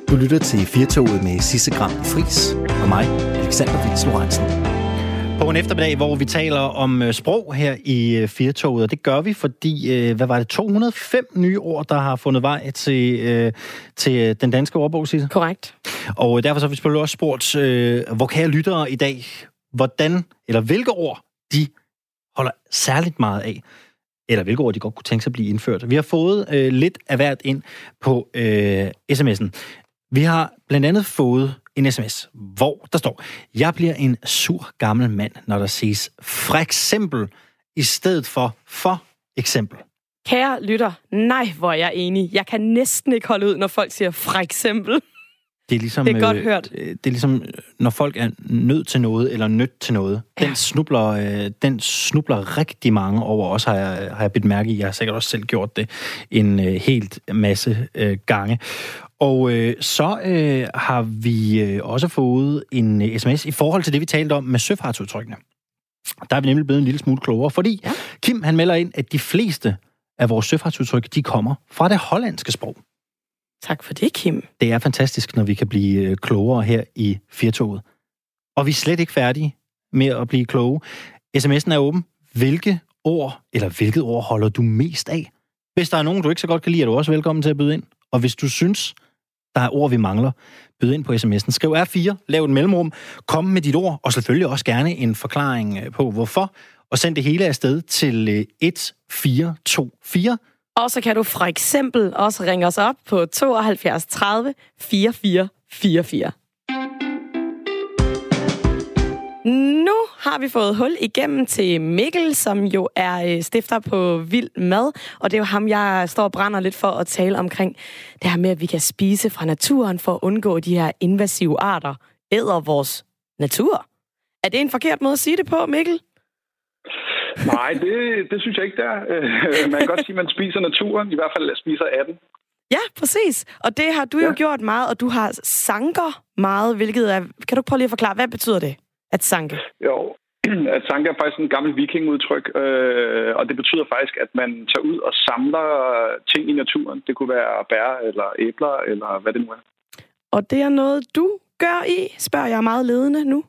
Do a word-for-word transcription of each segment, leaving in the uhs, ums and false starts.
Du lytter til Firtoget med Sisse Gram Friis og mig, Alexander Vils Lorentzen. På en eftermiddag, hvor vi taler om sprog her i Firtoget, og det gør vi, fordi, hvad var det, to hundrede og fem nye ord, der har fundet vej til, til den danske ordbog, Sisse? Korrekt. Og derfor så har vi selvfølgelig også spurgt øh, vokale lyttere i dag, hvordan, eller hvilke ord de holder særligt meget af, eller hvilke ord de godt kunne tænke sig at blive indført. Vi har fået øh, lidt af hvert ind på øh, sms'en. Vi har blandt andet fået en sms, hvor der står, jeg bliver en sur gammel mand, når der siges for eksempel, i stedet for for eksempel. Kære lytter, nej, hvor er jeg enig. Jeg kan næsten ikke holde ud, når folk siger for eksempel. Det er ligesom, det er godt øh, hørt. Det er ligesom, når folk er nødt til noget, eller nødt til noget. Ja. Den snubler, øh, den snubler rigtig mange over. Også har jeg, har jeg bidt mærke i. Jeg har sikkert også selv gjort det en øh, helt masse øh, gange. Og øh, så øh, har vi øh, også fået en øh, sms i forhold til det, vi talte om med søfartsudtrykkene. Der er vi nemlig blevet en lille smule klogere, fordi ja. Kim, han melder ind, at de fleste af vores søfartsudtryk, de kommer fra det hollandske sprog. Tak for det, Kim. Det er fantastisk, når vi kan blive klogere her i Firtoget. Og vi er slet ikke færdige med at blive kloge. sms'en er åben. Hvilke ord, eller hvilket ord holder du mest af? Hvis der er nogen, du ikke så godt kan lide, er du også velkommen til at byde ind. Og hvis du synes, der er ord, vi mangler, byd ind på sms'en. Skriv R fire, lav et mellemrum, kom med dit ord, og selvfølgelig også gerne en forklaring på, hvorfor. Og send det hele afsted til et fire to fire. Og så kan du for eksempel også ringe os op på tooghalvfjerds tredive fireogfyrre fireogfyrre. Nu har vi fået hul igennem til Mikkel, som jo er stifter på Vild Mad. Og det er jo ham, jeg står og brænder lidt for at tale omkring det her med, at vi kan spise fra naturen for at undgå de her invasive arter æder vores natur. Er det en forkert måde at sige det på, Mikkel? Nej, det, det synes jeg ikke, der. Man kan godt sige, at man spiser naturen, i hvert fald spiser af den. Ja, præcis. Og det har du ja. jo gjort meget, og du har sanker meget, hvilket er... Kan du prøve lige at forklare, hvad betyder det, at sanke? Jo, at sanke er faktisk en gammel vikingudtryk, øh, og det betyder faktisk, at man tager ud og samler ting i naturen. Det kunne være bær eller æbler, eller hvad det nu er. Og det er noget, du gør i, spørger jeg meget ledende nu.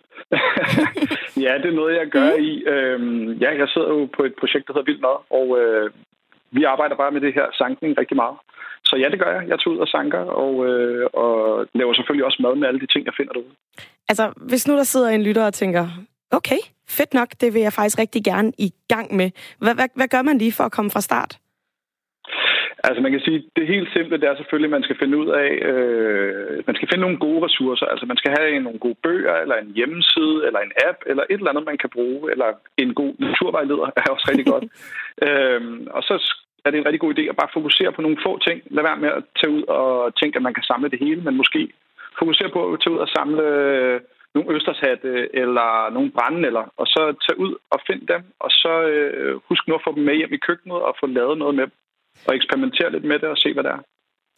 Ja, det er noget, jeg gør mm. i. Øhm, ja, jeg sidder jo på et projekt, der hedder Vild Mad, og øh, vi arbejder bare med det her sankning rigtig meget. Så ja, det gør jeg. Jeg tager ud og sanker, og, øh, og laver selvfølgelig også mad med alle de ting, jeg finder derude. Altså, hvis nu der sidder en lytter og tænker, okay, fedt nok, det vil jeg faktisk rigtig gerne i gang med. Hvad, hvad, hvad gør man lige for at komme fra start? Altså man kan sige, det helt simple, det er selvfølgelig, at man skal finde ud af, øh, man skal finde nogle gode ressourcer. Altså man skal have nogle gode bøger, eller en hjemmeside, eller en app, eller et eller andet, man kan bruge, eller en god naturvejleder er også rigtig godt. øhm, og så er det en rigtig god idé at bare fokusere på nogle få ting. Lad være med at tage ud og tænke, at man kan samle det hele, men måske fokusere på at tage ud og samle nogle østershatte, eller nogle brændenælder, og så tage ud og finde dem, og så øh, husk nu at få dem med hjem i køkkenet, og få lavet noget med dem. Og eksperimentere lidt med det og se, hvad det er.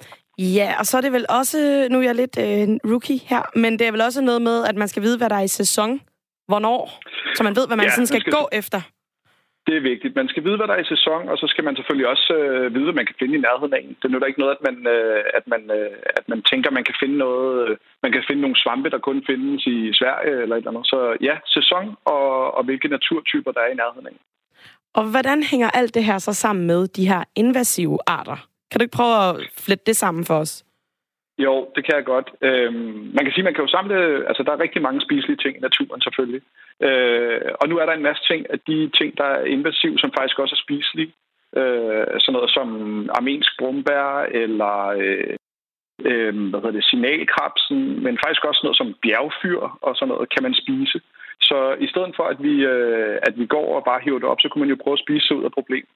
Ja, og så er det vel også, nu er jeg lidt øh, rookie her, men det er vel også noget med, at man skal vide, hvad der er i sæson. Hvornår? Så man ved, hvad man ja, sådan skal, man skal gå efter. Det er vigtigt. Man skal vide, hvad der er i sæson, og så skal man selvfølgelig også øh, vide, hvad man kan finde i nærheden af en. Det nytter ikke noget, at man, øh, at man, øh, at man tænker, at man kan finde noget, øh, man kan finde nogle svampe, der kun findes i Sverige eller et eller andet. Så ja, sæson og, og hvilke naturtyper, der er i nærheden af en. Og hvordan hænger alt det her så sammen med de her invasive arter? Kan du ikke prøve at flette det sammen for os? Jo, det kan jeg godt. Øhm, man kan sige, man kan jo samle... Altså, der er rigtig mange spiselige ting i naturen, selvfølgelig. Øh, og nu er der en masse ting af de ting, der er invasive, som faktisk også er spiselige. Øh, sådan noget som armensk brumbær, eller øh, øh, hvad hedder det, signalkrabsen, men faktisk også noget som bjergfyr og sådan noget, kan man spise. Så i stedet for, at vi, øh, at vi går og bare hiver det op, så kunne man jo prøve at spise sig ud af problemet.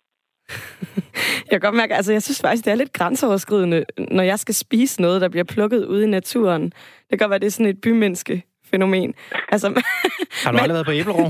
Jeg kan godt mærke, altså jeg synes faktisk, det er lidt grænseoverskridende, når jeg skal spise noget, der bliver plukket ude i naturen. Det kan godt være, det er sådan et bymenneske-fænomen. Altså, har du aldrig været på æblerov?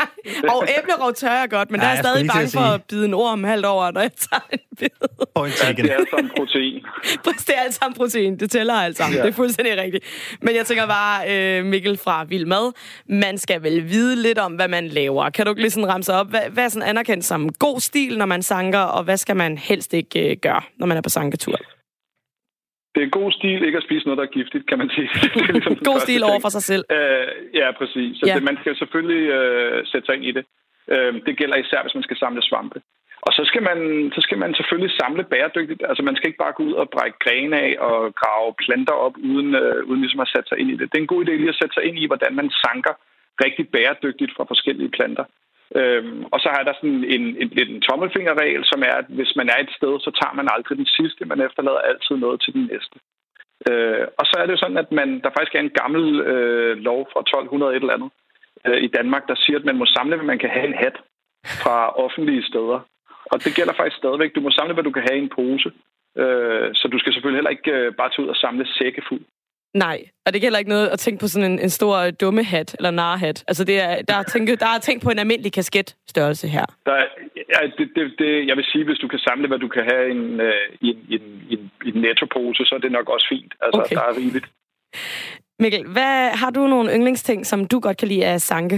Og æblerov tør jeg godt, men ja, der er jeg stadig bange for at bide en orm halvt over, når jeg tager en bid. Ja, det er alt sammen protein. Det er alt sammen protein. Det tæller alt sammen. Ja. Det er fuldstændig rigtigt. Men jeg tænker bare, Mikkel fra Vild Mad, man skal vel vide lidt om, hvad man laver. Kan du ikke lige sådan ramse op? Hvad, hvad er sådan anerkendt som god stil, når man sanker, og hvad skal man helst ikke gøre, når man er på sanketur? det er god stil ikke at spise noget, der er giftigt, kan man sige. Det er ligesom god stil over for sig selv. Øh, ja, præcis. Så ja. Det, man skal selvfølgelig øh, sætte sig ind i det. Øh, det gælder især, hvis man skal samle svampe. Og så skal man, så skal man selvfølgelig samle bæredygtigt. Altså, man skal ikke bare gå ud og brække grene af og grave planter op, uden, øh, uden ligesom at sætte sig ind i det. Det er en god idé lige at sætte sig ind i, hvordan man sanker rigtig bæredygtigt fra forskellige planter. Øhm, og så har der sådan en, en, en, en tommelfingerregel, som er, at hvis man er et sted, så tager man aldrig den sidste, man efterlader altid noget til den næste. Øh, og så er det jo sådan, at man, der faktisk er en gammel øh, lov fra tolv hundrede et eller andet øh, i Danmark, der siger, at man må samle, hvad man kan have en hat fra offentlige steder. Og det gælder faktisk stadigvæk. Du må samle, hvad du kan have i en pose. Øh, så du skal selvfølgelig heller ikke øh, bare tage ud og samle sække fuld. Nej, og det gælder ikke noget at tænke på sådan en, en stor dumme hat eller narhat. Altså, det er, der, er tænkt, der er tænkt på en almindelig kasketstørrelse her. Der er, ja, det, det, det, jeg vil sige, hvis du kan samle, hvad du kan have i en, øh, i en, i en, i en, i en nettopose, så er det nok også fint. Altså, okay. Der er rigeligt. Mikkel, hvad, har du nogle yndlingsting, som du godt kan lide at sanke?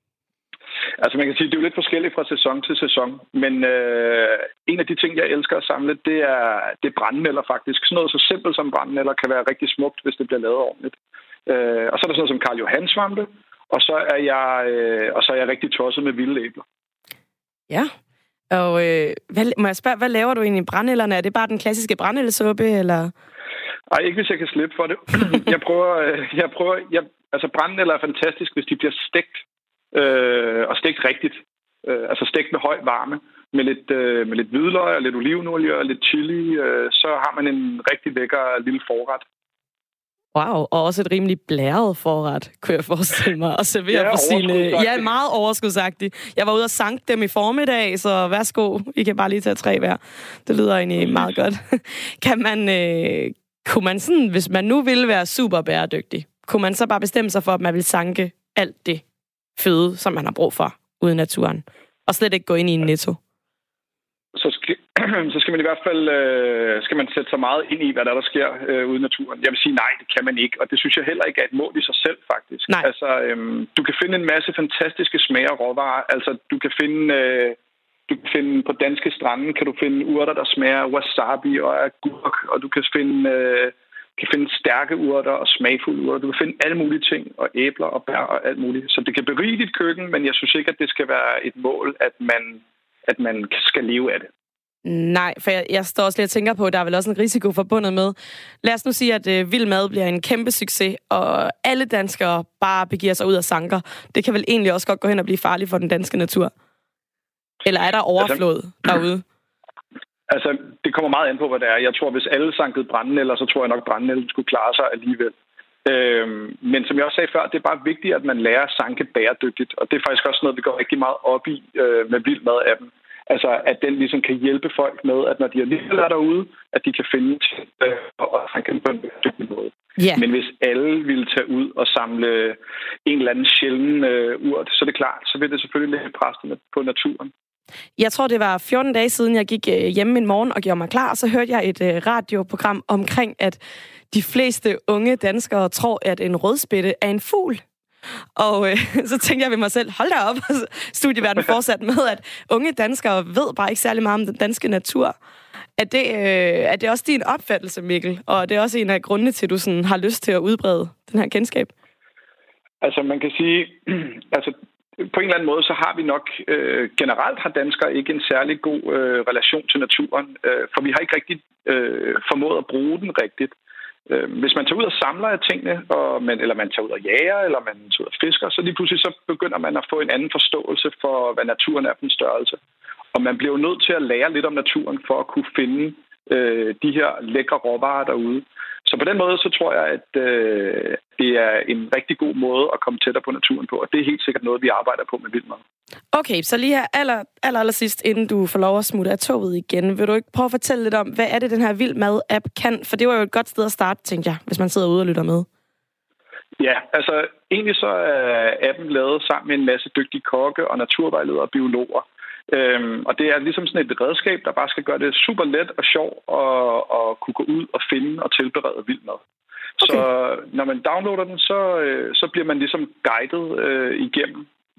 Altså man kan sige, det er jo lidt forskelligt fra sæson til sæson, men øh, en af de ting, jeg elsker at samle, det er, det er brændenælder faktisk. Sådan noget så simpelt som brændenælder kan være rigtig smukt, hvis det bliver lavet ordentligt. Øh, og så er der sådan noget som Karl Johan svampe, og så er jeg, øh, og så er jeg rigtig tosset med vilde æbler. Ja, og øh, hvad, må jeg spørge, hvad laver du egentlig i brændenælderne? Er det bare den klassiske brændenældesuppe, eller? Ej, ikke hvis jeg kan slippe for det. jeg prøver, jeg prøver, jeg, altså brændenælder er fantastisk, hvis de bliver stegt. Øh, og stegt rigtigt. Øh, altså stegt med høj varme, med lidt, øh, med lidt hvidløg og lidt olivenolie og lidt chili, øh, så har man en rigtig lækker lille forret. Wow, og også et rimelig blæret forret, kunne jeg forestille mig, at servere ja, på sine... Ja, meget overskudsagtigt. Jeg var ude og sanke dem i formiddag, så værsgo, I kan bare lige tage tre hver. Det lyder egentlig meget godt. Kan man, øh, kunne man sådan, hvis man nu ville være super bæredygtig, kunne man så bare bestemme sig for, at man vil sanke alt det føde, som man har brug for ude i naturen, og slet ikke gå ind i en netto? Så skal, så skal man i hvert fald øh, skal man sætte sig meget ind i, hvad der, der sker øh, ude i naturen. Jeg vil sige, nej, det kan man ikke, og det synes jeg heller ikke er et mål i sig selv, faktisk. Nej. Altså, øhm, du kan finde en masse fantastiske smage og råvarer. Altså, du kan finde, øh, du kan finde på danske strande, kan du finde urter, der smager wasabi og agurk, og du kan finde... Øh, kan finde stærke urter og smagfulde urter. Du kan finde alle mulige ting, og æbler og bær og alt muligt. Så det kan berige dit køkken, men jeg synes ikke, at det skal være et mål, at man, at man skal leve af det. Nej, for jeg, jeg står også lige og tænker på, at der er vel også en risiko forbundet med. Lad os nu sige, at øh, vild mad bliver en kæmpe succes, og alle danskere bare begiver sig ud af sanker. Det kan vel egentlig også godt gå hen og blive farligt for den danske natur? Eller er der overflod altså, derude? Altså, det kommer meget an på, hvad det er. Jeg tror, hvis alle sankede brændenælder, så tror jeg nok, at brændenælden skulle klare sig alligevel. Øhm, men som jeg også sagde før, det er bare vigtigt, at man lærer at sanke bæredygtigt. Og det er faktisk også noget, vi går rigtig meget op i øh, med vild mad af dem. Altså, at den ligesom kan hjælpe folk med, at når de alligevel er derude, at de kan finde til øh, og sanke på en bæredygtig måde. Yeah. Men hvis alle ville tage ud og samle en eller anden sjælden øh, urt, så er det klart, så vil det selvfølgelig lægge pres på naturen. Jeg tror, det var fjorten dage siden, jeg gik hjemme en morgen og gjorde mig klar, og så hørte jeg et radioprogram omkring, at de fleste unge danskere tror, at en rødspætte er en fugl. Og øh, så tænkte jeg ved mig selv, hold da op, studieverdenen fortsat med, at unge danskere ved bare ikke særlig meget om den danske natur. Er det, øh, er det også din opfattelse, Mikkel? Og er det også en af grundene til, at du sådan har lyst til at udbrede den her kendskab? Altså, man kan sige... altså på en eller anden måde, så har vi nok, øh, generelt har danskere ikke en særlig god øh, relation til naturen, øh, for vi har ikke rigtig øh, formået at bruge den rigtigt. Øh, hvis man tager ud og samler af tingene, og man, eller man tager ud og jager, eller man tager ud og fisker, så lige pludselig så begynder man at få en anden forståelse for, hvad naturen er for en størrelse. Og man bliver jo nødt til at lære lidt om naturen, for at kunne finde øh, de her lækre råvarer derude. Så på den måde, så tror jeg, at øh, det er en rigtig god måde at komme tættere på naturen på, og det er helt sikkert noget, vi arbejder på med vild mad. Okay, så lige her aller, aller, aller sidst, inden du får lov at smutte af toget igen, vil du ikke prøve at fortælle lidt om, hvad er det, den her vild mad-app kan? For det var jo et godt sted at starte, tænkte jeg, hvis man sidder ude og lytter med. Ja, altså egentlig så er appen lavet sammen med en masse dygtige kokke og naturvejledere og biologer. Øhm, og det er ligesom sådan et redskab, der bare skal gøre det super let og sjovt at, at kunne gå ud og finde og tilberede vild mad. Okay. Så når man downloader den, så, så bliver man ligesom guidet øh, igennem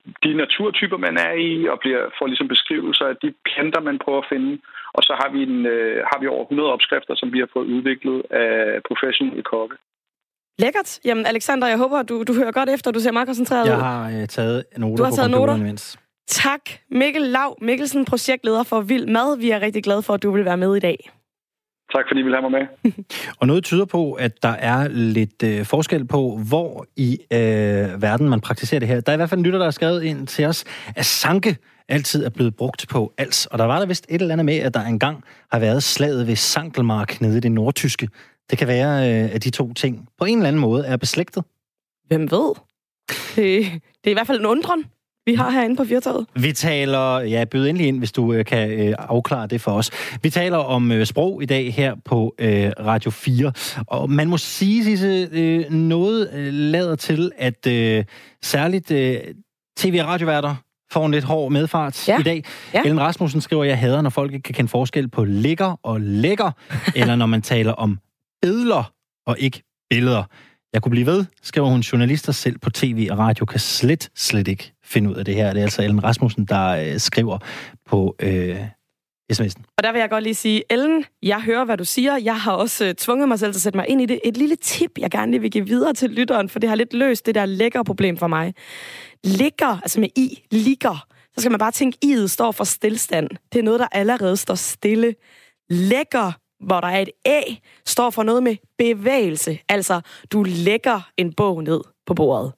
de naturtyper, man er i, og bliver, får ligesom beskrivelser af de planter, man prøver at finde. Og så har vi, en, øh, har vi over hundrede opskrifter, som vi har fået udviklet af professionelle kokke. Lækkert. Jamen, Alexander, jeg håber, du, du hører godt efter. Du ser meget koncentreret ud. Jeg har øh, taget noter du har på taget computeren noter? imens. Tak. Mikkel Lau Mikkelsen, projektleder for Vild Mad. Vi er rigtig glade for, at du vil være med i dag. Tak, fordi I vil have mig med. Og noget tyder på, at der er lidt øh, forskel på, hvor i øh, verden man praktiserer det her. Der er i hvert fald en lytter, der har skrevet ind til os, at sanke altid er blevet brugt på als. Og der var der vist et eller andet med, at der engang har været slaget ved Sankelmark nede i det nordtyske. Det kan være, øh, at de to ting på en eller anden måde er beslægtet. Hvem ved? Det, det er i hvert fald en undren, vi har herinde på Firtoget. Vi taler, ja, byd endelig ind, hvis du øh, kan øh, afklare det for os. Vi taler om øh, sprog i dag her på øh, Radio fire, og man må sige, Sisse, øh, noget øh, lader til, at øh, særligt øh, tv- og radioværter får en lidt hård medfart ja. i dag. Ja. Ellen Rasmussen skriver, jeg hader, når folk ikke kan kende forskel på lækker og lækker, eller når man taler om billeder og ikke billeder. Jeg kunne blive ved, skriver hun. Journalister selv på tv og radio kan slet, slet ikke finde ud af det her. Det er altså Ellen Rasmussen, der øh, skriver på øh, sms'en. Og der vil jeg godt lige sige, Ellen, jeg hører, hvad du siger. Jeg har også øh, tvunget mig selv til at sætte mig ind i det. Et lille tip, jeg gerne lige vil give videre til lytteren, for det har lidt løst det der lækker problem for mig. Ligger, altså med i, ligger, så skal man bare tænke, i'et står for stillstand. Det er noget, der allerede står stille. Lækker, hvor der er et æ, står for noget med bevægelse. Altså, du lægger en bog ned på bordet.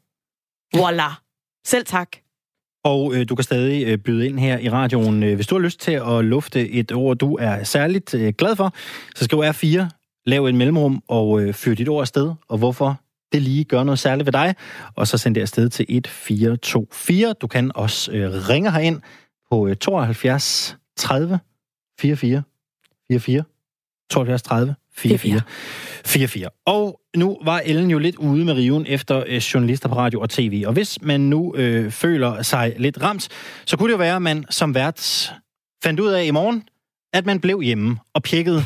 Voila. Selv tak. Og øh, du kan stadig øh, byde ind her i radioen. Øh, hvis du har lyst til at lufte et ord, du er særligt øh, glad for, så skriv R fire, lav en mellemrum og øh, fyr dit ord afsted, og hvorfor det lige gør noget særligt ved dig. Og så send det afsted til et fire to fire. Du kan også øh, ringe herind på øh, tooghalvfjerds tredive fireogfyrre fireogfyrre. tooghalvfjerds tredive fireogfyrre fireogfyrre. Og nu var Ellen jo lidt ude med riven efter øh, journalister på radio og tv. Og hvis man nu øh, føler sig lidt ramt, så kunne det jo være, at man som vært fandt ud af i morgen, at man blev hjemme og pjekkede.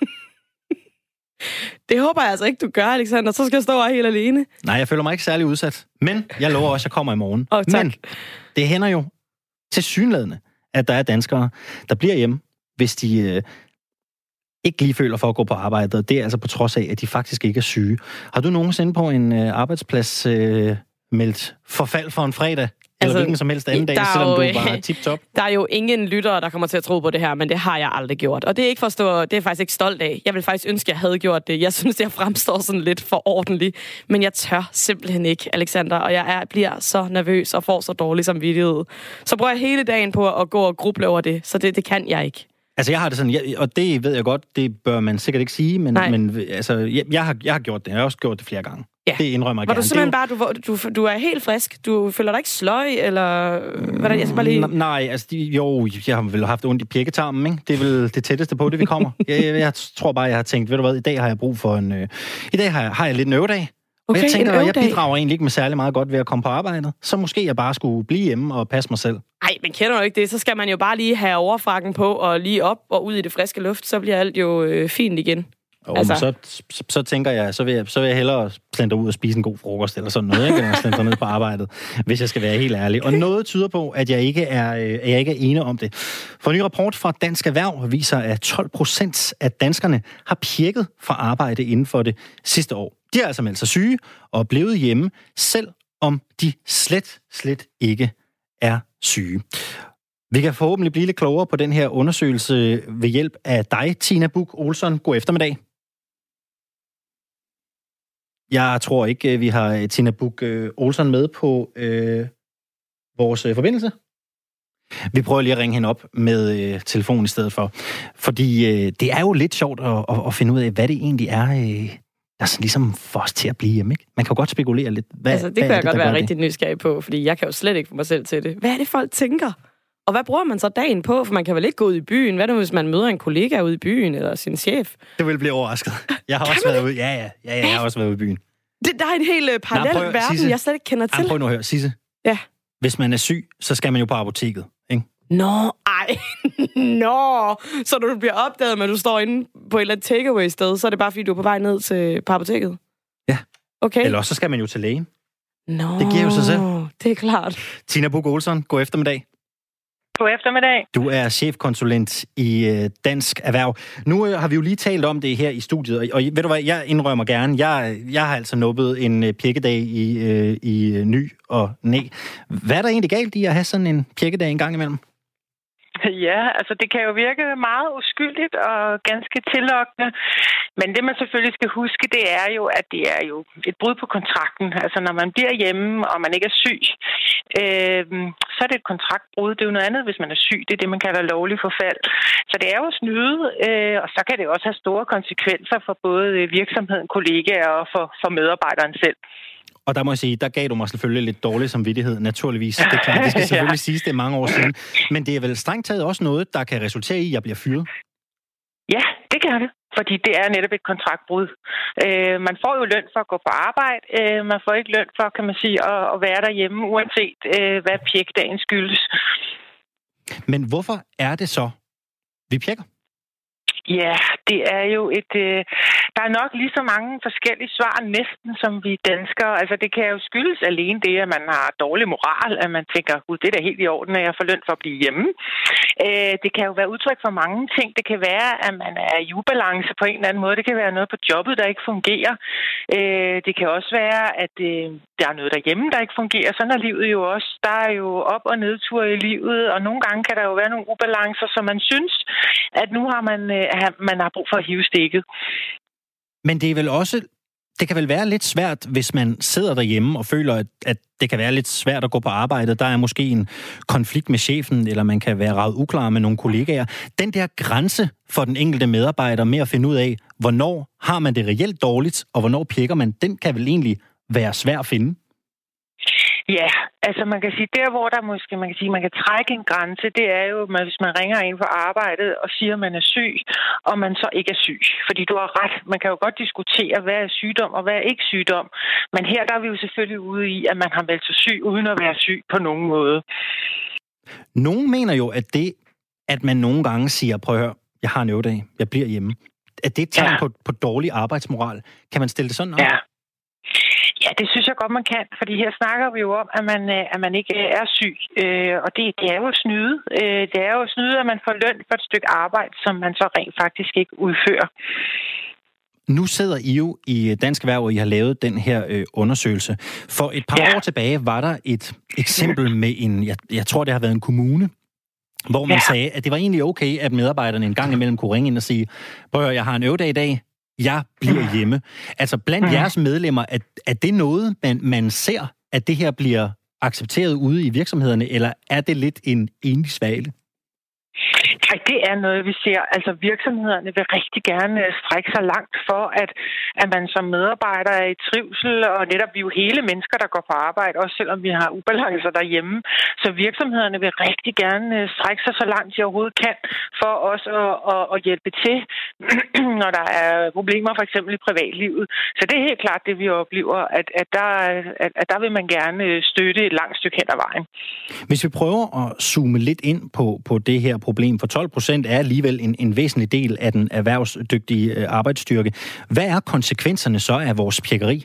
Det håber jeg altså ikke, du gør, Alexander. Så skal jeg stå her helt alene. Nej, jeg føler mig ikke særlig udsat. Men jeg lover også, at jeg kommer i morgen. Oh, tak. Men det hænder jo tilsyneladende, at der er danskere, der bliver hjemme, hvis de øh, ikke lige føler for at gå på arbejde. Og det er altså på trods af, at de faktisk ikke er syge. Har du nogensinde på en øh, arbejdsplads øh, meldt forfald for en fredag? Eller altså, hvilken som helst anden dag, selvom jo, du var tip-top? Der er jo ingen lyttere, der kommer til at tro på det her, men det har jeg aldrig gjort. Og det er ikke for at stå, det er jeg faktisk ikke stolt af. Jeg vil faktisk ønske, at jeg havde gjort det. Jeg synes, jeg fremstår sådan lidt for ordentligt. Men jeg tør simpelthen ikke, Alexander. Og jeg er, bliver så nervøs og får så dårlig samvittighed. Så bruger jeg hele dagen på at gå og gruble over det. Så det, det kan jeg ikke. Altså, jeg har det sådan, jeg, og det ved jeg godt, det bør man sikkert ikke sige, men, men altså, jeg, jeg, har, jeg har gjort det. Jeg har også gjort det flere gange. Ja. Det indrømmer jeg Var gerne. du simpelthen bare, du, du, du er helt frisk? Du føler dig ikke sløj, eller hvordan? Jeg skal bare lige... Nej, altså, de, jo, jeg har vel haft ondt i pjekketarmen, ikke? Det er vel det tætteste på det, vi kommer. jeg, jeg, jeg tror bare, jeg har tænkt, ved du hvad, i dag har jeg brug for en... Øh, I dag har jeg, har jeg lidt en øvedag. Okay, og jeg tænker, at jeg bidrager egentlig ikke med særlig meget godt ved at komme på arbejdet. Så måske jeg bare skulle blive hjemme og passe mig selv. Nej, men kender du ikke det? Så skal man jo bare lige have overfrakken på og lige op og ud i det friske luft. Så bliver alt jo øh, fint igen. Og altså. så, så, så tænker jeg, så vil jeg, så vil jeg hellere slendre ud og spise en god frokost eller sådan noget, ikke? Eller slendre ned på arbejdet, hvis jeg skal være helt ærlig. Og noget tyder på, at jeg ikke er, at jeg ikke er ene om det. For en ny rapport fra Dansk Erhverv viser, at tolv procent af danskerne har pjekket fra arbejde inden for det sidste år. De er altså meldt sig syge og er blevet hjemme, selv om de slet, slet ikke er syge. Vi kan forhåbentlig blive lidt klogere på den her undersøgelse ved hjælp af dig, Tina Buch Olsson. God eftermiddag. Jeg tror ikke, vi har Tina Buch Olsson med på øh, vores øh, forbindelse. Vi prøver lige at ringe hende op med øh, telefonen i stedet for. Fordi øh, det er jo lidt sjovt at, at, at finde ud af, hvad det egentlig er, øh, der sådan ligesom får os til at blive hjemme, ikke? Man kan jo godt spekulere lidt. Hvad, altså, det hvad kan jeg det, godt være rigtig det? nysgerrig på, fordi jeg kan jo slet ikke få mig selv til det. Hvad er det, folk tænker? Og hvad bruger man så dagen på? For man kan vel ikke gå ud i byen? Hvad er det, hvis man møder en kollega ude i byen, eller sin chef? Det vil blive overrasket. Jeg har også været ude. Ja, ja, ja, ja, jeg har også været ude i byen. Det, der er en helt uh, parallel Nej, prøv, verden, Sisse, jeg slet ikke kender til. Nej, prøv nu at høre, Sisse. Ja. Hvis man er syg, så skal man jo på apoteket, ikke? Nå, ej. Nå. Så når du bliver opdaget, men du står inde på et eller andet takeaway-sted, så er det bare, fordi du er på vej ned til på apoteket? Ja. Okay. Eller også så skal man jo til lægen. Nå, Det giver jo sig selv. Det er klart. Tina Buch Olsson, god eftermiddag. God eftermiddag. Du er chefkonsulent i øh, Dansk Erhverv. Nu øh, har vi jo lige talt om det her i studiet, og, og ved du hvad, jeg indrømmer gerne, jeg, jeg har altså nuppet en øh, pjekkedag i, øh, i øh, ny og næ. Hvad er der egentlig galt i at have sådan en pjekkedag en gang imellem? Ja, altså det kan jo virke meget uskyldigt og ganske tillokkende. Men det, man selvfølgelig skal huske, det er jo, at det er jo et brud på kontrakten. Altså når man bliver hjemme, og man ikke er syg, øh, så er det et kontraktbrud. Det er jo noget andet, hvis man er syg. Det er det, man kalder lovlig forfald. Så det er jo snyde, øh, og så kan det også have store konsekvenser for både virksomheden, kollegaer og for, for medarbejderen selv. Og der må jeg sige, der gav du mig selvfølgelig lidt dårlig samvittighed, naturligvis. Det, er klart, det skal selvfølgelig ja. siges, det er mange år siden. Men det er vel strengt taget også noget, der kan resultere i, at jeg bliver fyret? Ja, det kan det. Fordi det er netop et kontraktbrud. Øh, man får jo løn for at gå på arbejde. Øh, man får ikke løn for, kan man sige, at, at være derhjemme, uanset øh, hvad pjekdagen skyldes. Men hvorfor er det så, vi pjekker? Ja, det er jo et... Øh, der er nok lige så mange forskellige svar næsten, som vi danskere. Altså, det kan jo skyldes alene det, at man har dårlig moral, at man tænker, gud, det er da helt i orden, at jeg får løn for at blive hjemme. Øh, det kan jo være udtryk for mange ting. Det kan være, at man er i ubalance på en eller anden måde. Det kan være noget på jobbet, der ikke fungerer. Øh, det kan også være, at øh, der er noget derhjemme, der ikke fungerer. Sådan er livet jo også. Der er jo op- og nedtur i livet, og nogle gange kan der jo være nogle ubalancer, som man synes, at nu har man... Øh, man har brug for at hive stikket. Men det er vel også, det kan vel være lidt svært, hvis man sidder derhjemme og føler, at, at det kan være lidt svært at gå på arbejde. Der er måske en konflikt med chefen, eller man kan være ravet uklar med nogle kollegaer. Den der grænse for den enkelte medarbejder med at finde ud af, hvornår har man det reelt dårligt, og hvornår pjekker man, den kan vel egentlig være svær at finde. Ja, altså man kan sige, der hvor der måske, man kan sige, man kan trække en grænse, det er jo, hvis man ringer ind på arbejdet og siger, at man er syg, og man så ikke er syg. Fordi du har ret, man kan jo godt diskutere, hvad er sygdom og hvad er ikke sygdom. Men her der er vi jo selvfølgelig ude i, at man har meldt sig syg, uden at være syg på nogen måde. Nogen mener jo, at det, at man nogle gange siger, prøv at høre, jeg har en øvedag, jeg bliver hjemme, at det er et tegn ja. på, på dårlig arbejdsmoral. Kan man stille det sådan op? Ja. Ja, det synes jeg godt, man kan, fordi her snakker vi jo om, at man, at man ikke er syg, og det, det er jo at snyde. Det er jo at snyde, at man får løn for et stykke arbejde, som man så rent faktisk ikke udfører. Nu sidder I jo i Dansk Erhverv, og I har lavet den her øh, undersøgelse. For et par ja. år tilbage var der et eksempel med en, jeg, jeg tror, det har været en kommune, hvor man ja. sagde, at det var egentlig okay, at medarbejderne en gang imellem kunne ringe ind og sige, prøv at høre, jeg har en øvedag i dag, jeg bliver hjemme. Altså blandt jeres medlemmer, er, er det noget, man, man ser, at det her bliver accepteret ude i virksomhederne, eller er det lidt en enlig svale? Nej, det er noget, vi ser. Altså virksomhederne vil rigtig gerne strække sig langt for, at, at man som medarbejder er i trivsel, og netop vi er jo hele mennesker, der går på arbejde, også selvom vi har ubalancer derhjemme. Så virksomhederne vil rigtig gerne strække sig så langt, de overhovedet kan, for os at, at, at hjælpe til, når der er problemer for eksempel i privatlivet. Så det er helt klart det, vi oplever, at, at, der, at, at der vil man gerne støtte et langt stykke hen ad vejen. Hvis vi prøver at zoome lidt ind på, på det her problem, for tolv procent er alligevel en, en væsentlig del af den erhvervsdygtige arbejdsstyrke. Hvad er konsekvenserne så af vores pjekkeri?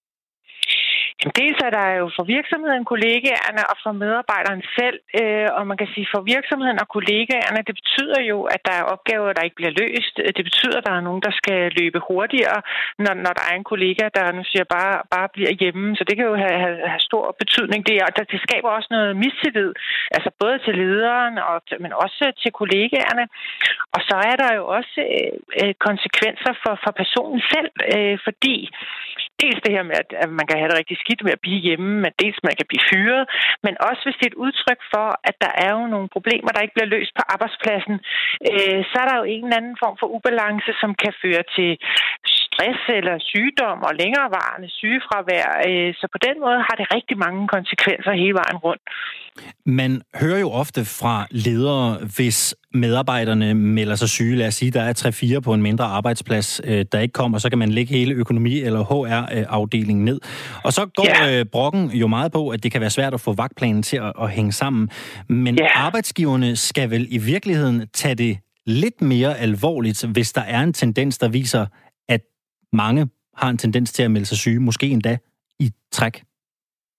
Dels er der jo for virksomheden, kollegaerne og for medarbejderen selv, øh, og man kan sige for virksomheden og kollegaerne, det betyder jo, at der er opgaver, der ikke bliver løst. Det betyder, at der er nogen, der skal løbe hurtigere, når, når der er en kollega, der nu siger bare, bare bliver hjemme. Så det kan jo have, have, have stor betydning. Det, og det skaber også noget mistillid, altså både til lederen, og, men også til kollegaerne. Og så er der jo også øh, konsekvenser for, for personen selv, øh, fordi dels det her med, at man kan have det rigtig skidt med at blive hjemme, men dels man kan blive fyret, men også hvis det er et udtryk for, at der er jo nogle problemer, der ikke bliver løst på arbejdspladsen, øh, så er der jo en eller anden form for ubalance, som kan føre til stress eller sygdom og længerevarende sygefravær. Øh, så på den måde har det rigtig mange konsekvenser hele vejen rundt. Man hører jo ofte fra ledere, hvis medarbejderne melder sig syge. Lad os sige, der er tre fire på en mindre arbejdsplads, der ikke kommer, så kan man lægge hele økonomi- eller H R-afdelingen ned. Og så går yeah. brokken jo meget på, at det kan være svært at få vagtplanen til at, at hænge sammen. Men yeah. arbejdsgiverne skal vel i virkeligheden tage det lidt mere alvorligt, hvis der er en tendens, der viser, at mange har en tendens til at melde sig syge, måske endda i træk.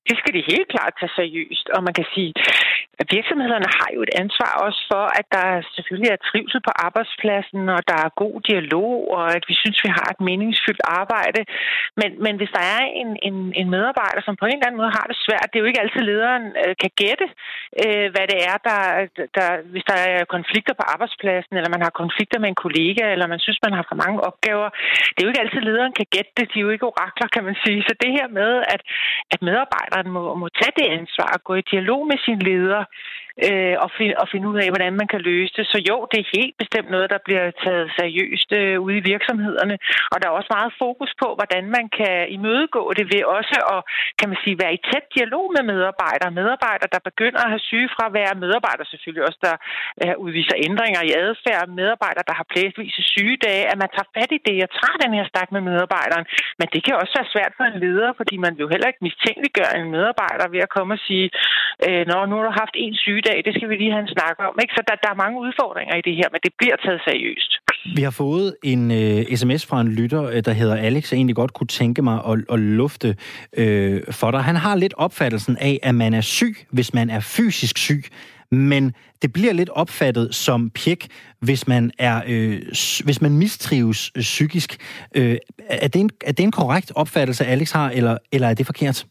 det skal de helt klart tage seriøst. Og man kan sige, at virksomhederne har jo et ansvar også for, at der selvfølgelig er trivsel på arbejdspladsen, og der er god dialog, og at vi synes, vi har et meningsfyldt arbejde. Men, men hvis der er en, en, en medarbejder, som på en eller anden måde har det svært, det er jo ikke altid lederen øh, kan gætte, øh, hvad det er, der, der, hvis der er konflikter på arbejdspladsen, eller man har konflikter med en kollega, eller man synes, man har for mange opgaver. Det er jo ikke altid lederen kan gætte det. De er jo ikke orakler, kan man sige. Så det her med, at, at medarbejderen må, må tage det ansvar og gå i dialog med sin leder, øh, og, find, og finde ud af, hvordan man kan løse det. Så jo, det er helt bestemt noget, der bliver taget seriøst øh, ude i virksomhederne. Og der er også meget fokus på, hvordan man kan imødegå det ved også at, kan man sige, være i tæt dialog med medarbejdere. Medarbejdere, der begynder at have sygefravær. Medarbejdere selvfølgelig også, der øh, udviser ændringer i adfærd. Medarbejdere, der har plæsvise sygedage. At man tager fat i det og tager den her snak med medarbejderen. Men det kan også være svært for en leder, fordi man vil jo heller ikke mistænkeliggøre en medarbejder ved at komme og sige, øh, nå, nu har du haft en sygedag, det skal vi lige have en snak om. Ikke? Så der, der er mange udfordringer i det her, men det bliver taget seriøst. Vi har fået en øh, sms fra en lytter, der hedder Alex, jeg egentlig godt kunne tænke mig at, at lufte øh, for dig. Han har lidt opfattelsen af, at man er syg, hvis man er fysisk syg, men det bliver lidt opfattet som pjek, hvis man er øh, hvis man mistrives øh, psykisk. Øh, er, det en, er det en korrekt opfattelse, Alex har, eller, eller er det forkert?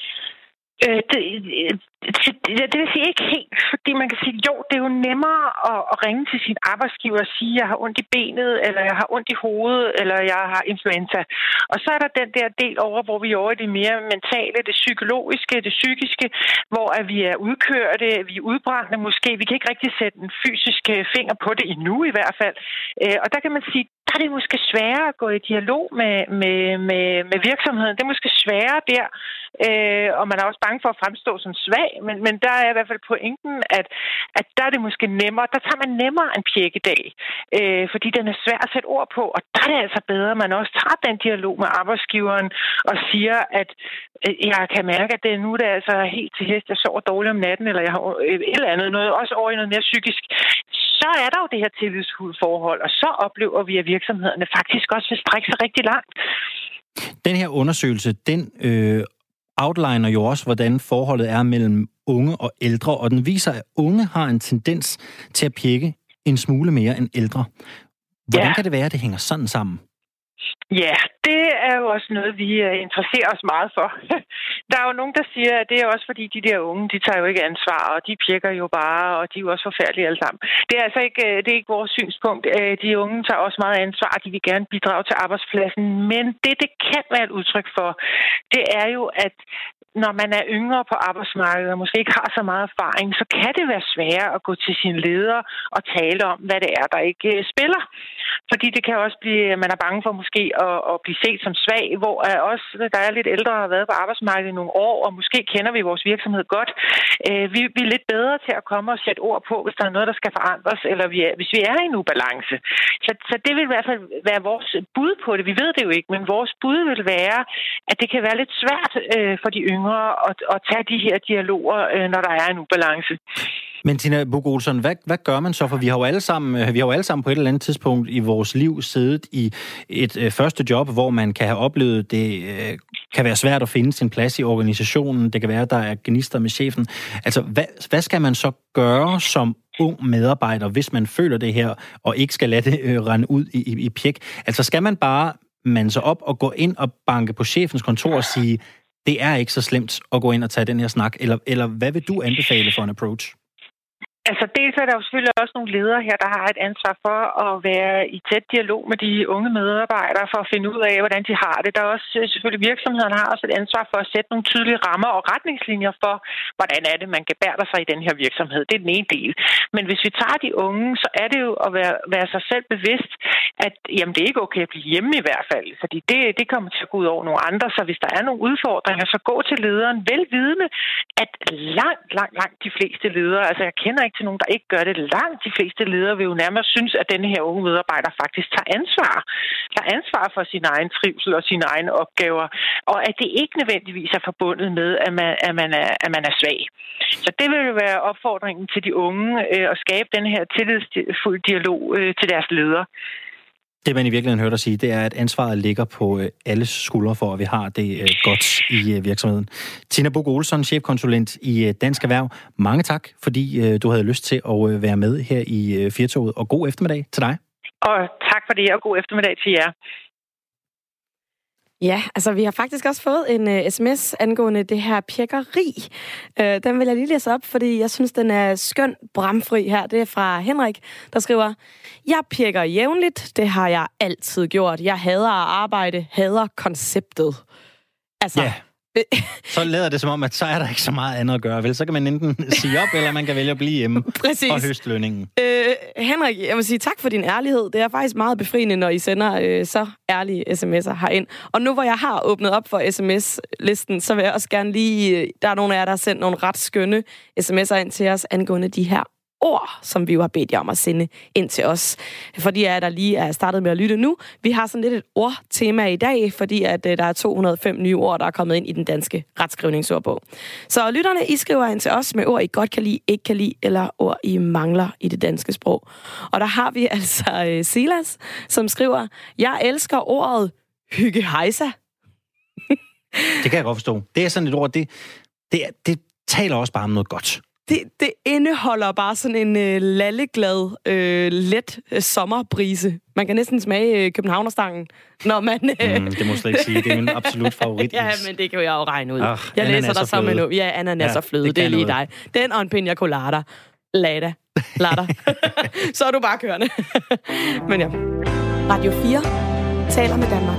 Øh, det, det, det vil sige ikke helt, fordi man kan sige, jo, det er jo nemmere at, at ringe til sin arbejdsgiver og sige, jeg har ondt i benet, eller jeg har ondt i hovedet, eller jeg har influenza. Og så er der den der del over, hvor vi er over i det mere mentale, det psykologiske, det psykiske, hvor at vi er udkørte, vi er udbrændte måske. Vi kan ikke rigtig sætte en fysisk finger på det endnu i hvert fald. Og der kan man sige, der er det måske sværere at gå i dialog med, med, med, med virksomheden. Det er måske sværere der, øh, og man er også bange for at fremstå som svag, men, men der er i hvert fald pointen, at, at der er det måske nemmere, der tager man nemmere en pjekkedag, øh, fordi den er svær at sætte ord på, og der er det altså bedre, at man også tager den dialog med arbejdsgiveren og siger, at øh, jeg kan mærke, at det nu er det altså helt til hest, jeg sover dårligt om natten, eller jeg har et eller andet, noget, også over i noget mere psykisk. Så er der jo det her tillidsfulde forhold, og så oplever vi, at virksomhederne faktisk også vil strække sig rigtig langt. Den her undersøgelse, den øh, outliner jo også, hvordan forholdet er mellem unge og ældre, og den viser, at unge har en tendens til at pjekke en smule mere end ældre. Hvordan ja. kan det være, at det hænger sådan sammen? Ja, det er jo også noget, vi interesserer os meget for. Der er jo nogen, der siger, at det er også fordi, de der unge, de tager jo ikke ansvar, og de pjekker jo bare, og de er jo også forfærdelige alle sammen. Det er altså ikke, det er ikke vores synspunkt. De unge tager også meget ansvar, og de vil gerne bidrage til arbejdspladsen. Men det, det kan være et udtryk for, det er jo, at når man er yngre på arbejdsmarkedet og måske ikke har så meget erfaring, så kan det være sværere at gå til sin leder og tale om, hvad det er, der ikke spiller. Fordi det kan også blive, man er bange for måske at, at blive set som svag, hvor også, der er lidt ældre og har været på arbejdsmarkedet i nogle år, og måske kender vi vores virksomhed godt. Vi, vi er lidt bedre til at komme og sætte ord på, hvis der er noget, der skal forandres, eller vi er, hvis vi er i en ubalance. Så, så det vil i hvert fald være vores bud på det. Vi ved det jo ikke, men vores bud vil være, at det kan være lidt svært øh, for de yngre At, at tage de her dialoger, når der er en ubalance. Men Tina Buch Olsson, hvad, hvad gør man så? For vi har jo alle sammen, vi har jo alle sammen på et eller andet tidspunkt i vores liv siddet i et øh, første job, hvor man kan have oplevet, det øh, kan være svært at finde sin plads i organisationen. Det kan være, at der er gnister med chefen. Altså, hvad, hvad skal man så gøre som ung medarbejder, hvis man føler det her, og ikke skal lade det øh, rende ud i, i, i pjek? Altså, skal man bare mande sig op og gå ind og banke på chefens kontor og sige, det er ikke så slemt at gå ind og tage den her snak, eller, eller hvad vil du anbefale for en approach? Altså dels er der jo selvfølgelig også nogle ledere her, der har et ansvar for at være i tæt dialog med de unge medarbejdere for at finde ud af, hvordan de har det. Der er også selvfølgelig virksomhederne har også et ansvar for at sætte nogle tydelige rammer og retningslinjer for, hvordan er det, man gebærder sig i den her virksomhed. Det er den ene del. Men hvis vi tager de unge, så er det jo at være, være sig selv bevidst, at jamen, det er ikke okay at blive hjemme i hvert fald, fordi det, det kommer til at gå ud over nogle andre. Så hvis der er nogle udfordringer, så gå til lederen velvidende, at langt, langt, langt de fleste ledere, altså jeg kender ikke til nogen, der ikke gør det. Langt de fleste ledere vil jo nærmest synes, at denne her unge medarbejder faktisk tager ansvar. Tager ansvar for sin egen trivsel og sine egne opgaver, og at det ikke nødvendigvis er forbundet med, at man, at man, er, at man er svag. Så det vil jo være opfordringen til de unge øh, at skabe den her tillidsfuld dialog øh, til deres ledere. Det, man i virkeligheden hørte dig sige, det er, at ansvaret ligger på øh, alles skuldre for, at vi har det øh, godt i øh, virksomheden. Tina Buch Olsson, chefkonsulent i øh, Dansk Erhverv. Mange tak, fordi øh, du havde lyst til at øh, være med her i øh, Firtoget, og god eftermiddag til dig. Og tak for det, og god eftermiddag til jer. Ja, altså vi har faktisk også fået en uh, sms angående det her pjekkeri. Uh, den vil jeg lige læse op, fordi jeg synes, den er skøn bramfri her. Det er fra Henrik, der skriver: Jeg pjekker jævnligt, det har jeg altid gjort. Jeg hader at arbejde, hader konceptet. Altså... Yeah. Så lader det som om, at så er der ikke så meget andet at gøre. Vel, så kan man enten sige op, eller man kan vælge at blive hjemme. Præcis. Og høste lønningen. Øh, Henrik, jeg vil sige tak for din ærlighed. Det er faktisk meget befriende, når I sender øh, så ærlige sms'er herind. Og nu hvor jeg har åbnet op for sms-listen, så vil jeg også gerne lige... Øh, der er nogle af jer, der har sendt nogle ret skønne sms'er ind til os angående de her ord, som vi jo har bedt jer om at sende ind til os. Fordi jeg der lige er startet med at lytte nu. Vi har sådan lidt et ordtema i dag, fordi at der er to hundrede og fem nye ord, der er kommet ind i den danske retskrivningsordbog. Så lytterne, I skriver ind til os med ord, I godt kan lide, ikke kan lide, eller ord, I mangler i det danske sprog. Og der har vi altså uh, Silas, som skriver: Jeg elsker ordet hyggehejsa. Det kan jeg godt forstå. Det er sådan et ord, det, det, det taler også bare om noget godt. Det, det indeholder bare sådan en øh, lalleglad, øh, let øh, sommerbrise. Man kan næsten smage øh, københavnerstangen, når man... Øh... Mm, det må slet ikke sige. Det er min absolut favorit. Ja, men det kan jeg jo regne ud. Oh, jeg læser dig sammen med nu. Ja, ananas ja, og fløde, det, det er lige noget. Dig. Den og en piña colada. Lada. Lada. Så er du bare kørende. Men ja. Radio fire taler med Danmark.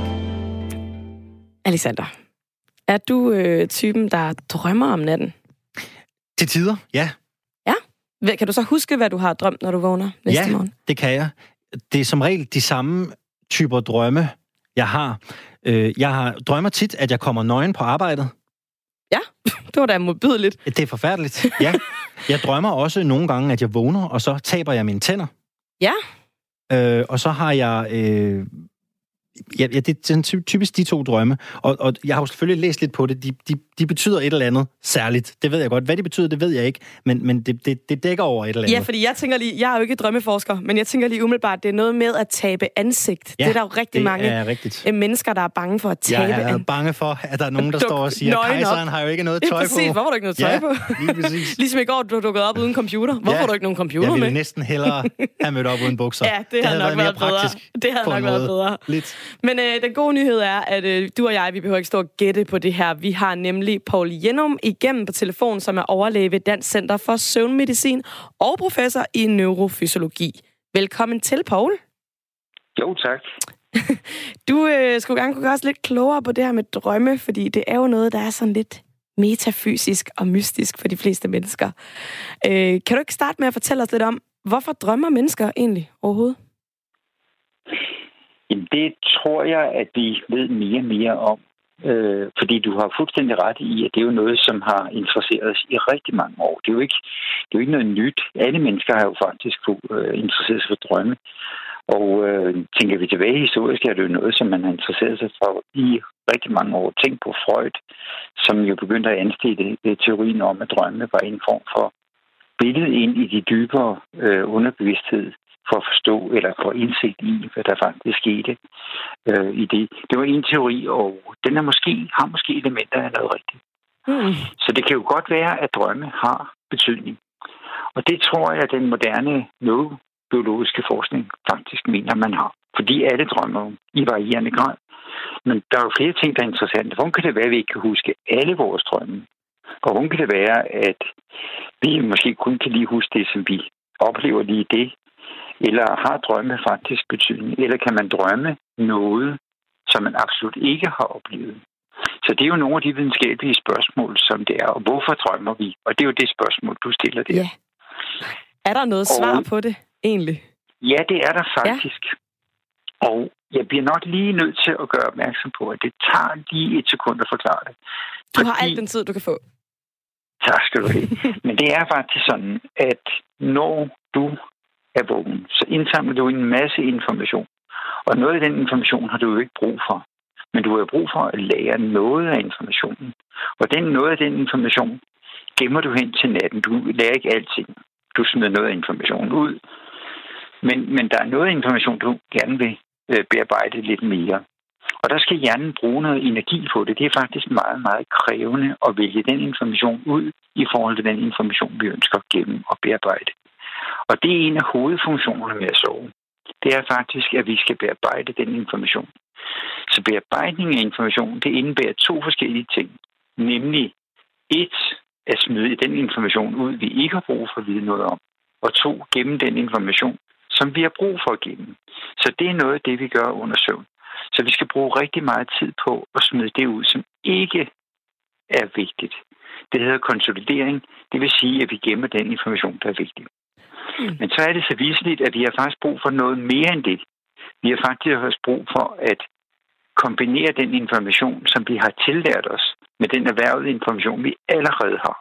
Alexander, er du øh, typen, der drømmer om natten? Til tider, ja. Ja? Kan du så huske, hvad du har drømt, når du vågner næste ja, morgen? Ja, det kan jeg. Det er som regel de samme typer drømme, jeg har. Jeg har drømmer tit, at jeg kommer nøgen på arbejdet. Ja, det var da modbydeligt. Det er forfærdeligt, ja. Jeg drømmer også nogle gange, at jeg vågner, og så taber jeg mine tænder. Ja. Øh, og så har jeg... Øh, Ja, ja, det er typisk de to drømme. Og, og jeg har jo selvfølgelig læst lidt på det. De, de, de betyder et eller andet særligt. Det ved jeg godt. Hvad de betyder, det ved jeg ikke. Men, men det, det, det dækker over et eller andet. Ja, fordi jeg tænker lige... Jeg er jo ikke drømmeforsker, men jeg tænker lige umiddelbart, det er noget med at tabe ansigt. Ja, det er der jo rigtig mange mennesker, der er banket for at tabe ansigt. Jeg er an... bange for, at der er nogen, der står og siger, at kejseren har jo ikke noget tøj ja, præcis. på. Hvorfor har du ikke noget tøj ja, på? Lige præcis. Ligesom i går, du dukkede op uden computer. Hvorfor ja, har du ikke nogen computer med? Jeg ville næsten hellere have mødt op uden bukser. Ja, det, det havde nok været, været bedre. Det havde nok været bedre. Lidt. Men øh, den gode nyhed er, at øh, du og jeg, vi behøver ikke stå og gætte på det her. Vi har nemlig Poul Jenum igennem på telefon, som er overlæge ved Dansk Center for Søvnmedicin og professor i neurofysiologi. Velkommen til, Poul. Jo, tak. Du øh, skulle gerne kunne gøre os lidt klogere på det her med drømme, fordi det er jo noget, der er sådan lidt metafysisk og mystisk for de fleste mennesker. Øh, kan du ikke starte med at fortælle os lidt om, hvorfor drømmer mennesker egentlig overhovedet? Jamen, det tror jeg, at vi ved mere og mere om. Øh, fordi du har fuldstændig ret i, at det er jo noget, som har interesseret os i rigtig mange år. Det er jo ikke, det er jo ikke noget nyt. Alle mennesker har jo faktisk øh, interesseret sig for drømme. Og øh, tænker vi tilbage historisk, er det jo noget, som man har interesseret sig for i rigtig mange år. Tænk på Freud, som jo begyndte at anstille teorien om, at drømme var en form for billede ind i de dybere øh, underbevidsthed, for at forstå eller få indsigt i, hvad der faktisk skete øh, i det. Det var en teori, og den er måske, har måske elementer af noget rigtigt. Mm. Så det kan jo godt være, at drømme har betydning. Og det tror jeg, at den moderne neurobiologiske forskning faktisk mener, man har. Fordi alle drømmer i varierende grad. Men der er jo flere ting, der er interessante. Hvordan kan det være, at vi ikke kan huske alle vores drømme? Og hvordan kan det være, at vi måske kun kan lige huske det, som vi oplever lige det? Eller har drømme faktisk betydning? Eller kan man drømme noget, som man absolut ikke har oplevet? Så det er jo nogle af de videnskabelige spørgsmål, som det er. Og hvorfor drømmer vi? Og det er jo det spørgsmål, du stiller der. Ja. Er der noget svar og, på det, egentlig? Ja, det er der faktisk. Ja. Og jeg bliver nok lige nødt til at gøre opmærksom på, at det tager lige et sekund at forklare det. Du Fordi... har alt den tid, du kan få. Tak skal du have. Men det er faktisk sådan, at når du er vågen, så indsamler du en masse information. Og noget af den information har du jo ikke brug for. Men du har brug for at lære noget af informationen. Og den noget af den information gemmer du hen til natten. Du lærer ikke alting. Du smider noget af informationen ud. Men, men der er noget af information, du gerne vil øh, bearbejde lidt mere. Og der skal hjernen bruge noget energi på det. Det er faktisk meget, meget krævende at vælge den information ud i forhold til den information, vi ønsker gennem at bearbejde. Og det er en af hovedfunktionerne med at sove. Det er faktisk, at vi skal bearbejde den information. Så bearbejdning af information, det indebærer to forskellige ting. Nemlig et, at smide den information ud, vi ikke har brug for at vide noget om. Og to, gemme den information, som vi har brug for at gemme. Så det er noget af det, vi gør under søvn. Så vi skal bruge rigtig meget tid på at smide det ud, som ikke er vigtigt. Det hedder konsolidering. Det vil sige, at vi gemmer den information, der er vigtig. Mm. Men så er det så viseligt, at vi har faktisk brug for noget mere end det. Vi har faktisk også brug for at kombinere den information, som vi har tillært os, med den erhvervede information, vi allerede har.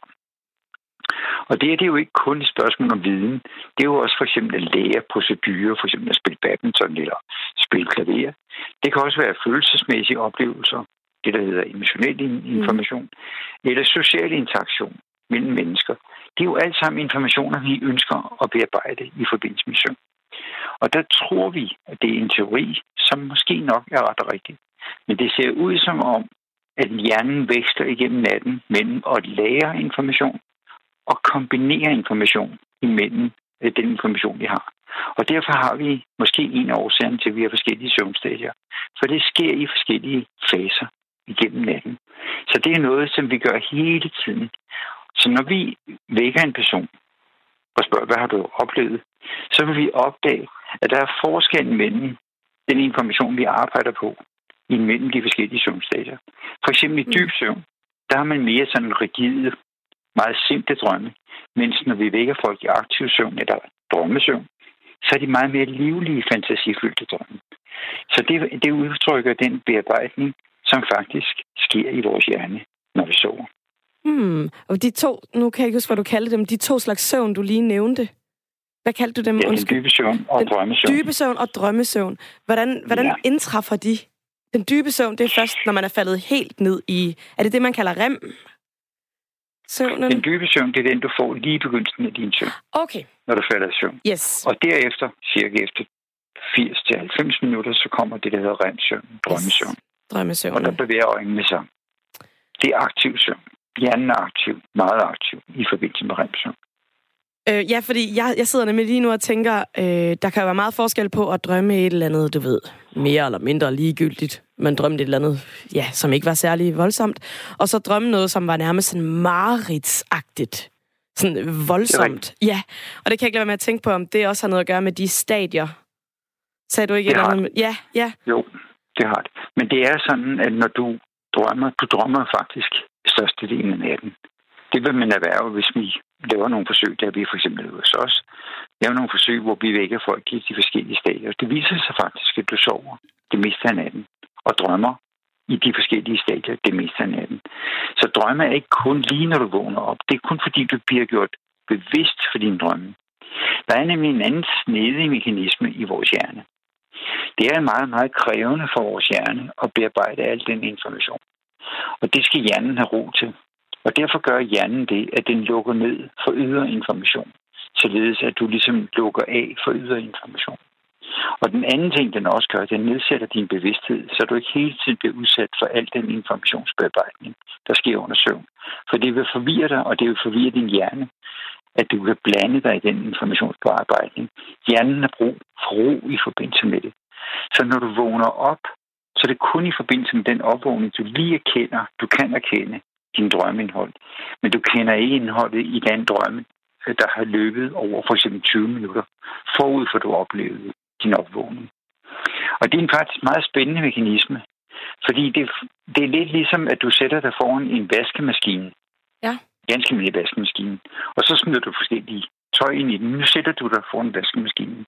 Og det er det jo ikke kun et spørgsmål om viden. Det er jo også for eksempel at lære procedurer, for eksempel at spille badminton eller spille klaver. Det kan også være følelsesmæssige oplevelser, det der hedder emotionel information, mm. eller social interaktion mellem mennesker. Det er jo alt sammen informationer, vi ønsker at bearbejde i forbindelse med søvn. Og der tror vi, at det er en teori, som måske nok er ret rigtig. Men det ser ud som om, at hjernen vækster igennem natten mellem at lære information og kombinere information imellem den information, vi har. Og derfor har vi måske en af årsagerne til, at vi har forskellige søvnstadier. For det sker i forskellige faser igennem natten. Så det er noget, som vi gør hele tiden. Så når vi vækker en person og spørger, hvad har du oplevet, så vil vi opdage, at der er forskel mellem den information, vi arbejder på, imellem de forskellige søvnstadier. For eksempel i dyb søvn, der har man mere sådan rigide, meget simple drømme, mens når vi vækker folk i aktiv søvn eller drømmesøvn, så er de meget mere livlige, fantasifyldte drømme. Så det, det udtrykker den bearbejdning, som faktisk sker i vores hjerne, når vi sover. Hmm. Og de to, nu kan jeg ikke huske, hvad du kaldte dem, de to slags søvn, du lige nævnte. Hvad kaldte du dem? Ja, den dybe søvn og den drømmesøvn. Dybe søvn og drømmesøvn. Hvordan, hvordan ja. indtræffer de? Den dybe søvn, det er først, når man er faldet helt ned i... Er det det, man kalder R E M? Søvnen? Den dybe søvn, det er den, du får lige i begyndelsen af din søvn. Okay. Når du falder i søvn. Yes. Og derefter, cirka efter firs til halvfems minutter, så kommer det, der hedder R E M-søvn, drømmesøvn. Yes. Drømmesøvn. Og der bevæger øjnene sig. Det er aktiv søvn. Hjernen er aktiv, meget aktiv, i forbindelse med R E M-søvn. Øh, ja, fordi jeg, jeg sidder nemlig lige nu og tænker, øh, der kan jo være meget forskel på at drømme et eller andet, du ved, mere eller mindre ligegyldigt. Man drømte et eller andet, ja, som ikke var særlig voldsomt. Og så drømme noget, som var nærmest sådan mareridtsagtigt. Sådan voldsomt. Ja, og det kan jeg ikke lade være med at tænke på, om det også har noget at gøre med de stadier. Sagde du ikke et eller andet? Ja, ja. Jo, det har det. Men det er sådan, at når du drømmer, du drømmer faktisk størstedelen af natten. Det vil man erhverve, hvis vi laver nogle forsøg, der vi for eksempel hos os. Laver nogle forsøg, hvor vi vækker folk i de forskellige stadier. Det viser sig faktisk, at du sover det meste af natten og drømmer i de forskellige stadier det meste af natten. Så drømme er ikke kun lige, når du vågner op. Det er kun fordi, du bliver gjort bevidst for dine drømme. Der er nemlig en anden snedig mekanisme i vores hjerne. Det er meget, meget krævende for vores hjerne at bearbejde al den information. Og det skal hjernen have ro til. Og derfor gør hjernen det, at den lukker ned for ydre information, således at du ligesom lukker af for ydre information. Og den anden ting, den også gør, den nedsætter din bevidsthed, så du ikke hele tiden bliver udsat for al den informationsbearbejdning, der sker under søvn. For det vil forvirre dig, og det vil forvirre din hjerne, at du kan blande dig i den informationsbearbejdning. Hjernen har brug for ro i forbindelse med det. Så når du vågner op, så er det kun i forbindelse med den opvågning, du lige erkender, du kan erkende din drømmeindhold. Men du kender ikke indholdet i den drømme, der har løbet over for eksempel tyve minutter, forud for du oplevede din opvågning. Og det er en faktisk meget spændende mekanisme, fordi det, det er lidt ligesom, at du sætter dig foran en vaskemaskine. Ja. Ganske almindelig vaskemaskine. Og så smider du forskellige tøj ind i den. Nu sætter du dig foran vaskemaskinen.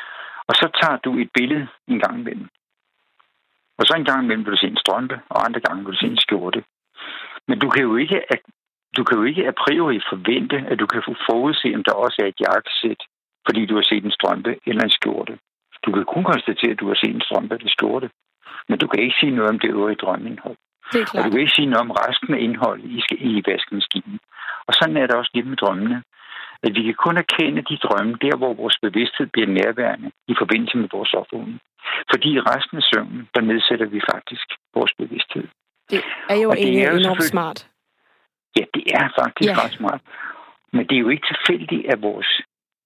Og så tager du et billede en gang imellem. Og så en gang imellem vil du se en strømpe, og andre gange vil du se en skjorte. Men du kan jo ikke, du kan jo ikke a priori forvente, at du kan få forudse, om der også er et jakkesæt, fordi du har set en strømpe eller en skjorte. Du kan kun konstatere, at du har set en strømpe eller skjorte. Men du kan ikke sige noget om det øvrige drømmeindhold. Og du kan ikke sige noget om resten af indholdet i, i vaskemaskinen. Og sådan er det også lidt med drømmene. At vi kan kun erkende de drømme, der hvor vores bevidsthed bliver nærværende i forbindelse med vores opvågning. Fordi i resten af søvnen, der nedsætter vi faktisk vores bevidsthed. Det er jo egentlig enormt smart. Ja, det er faktisk ja. ret smart. Men det er jo ikke tilfældigt, at vores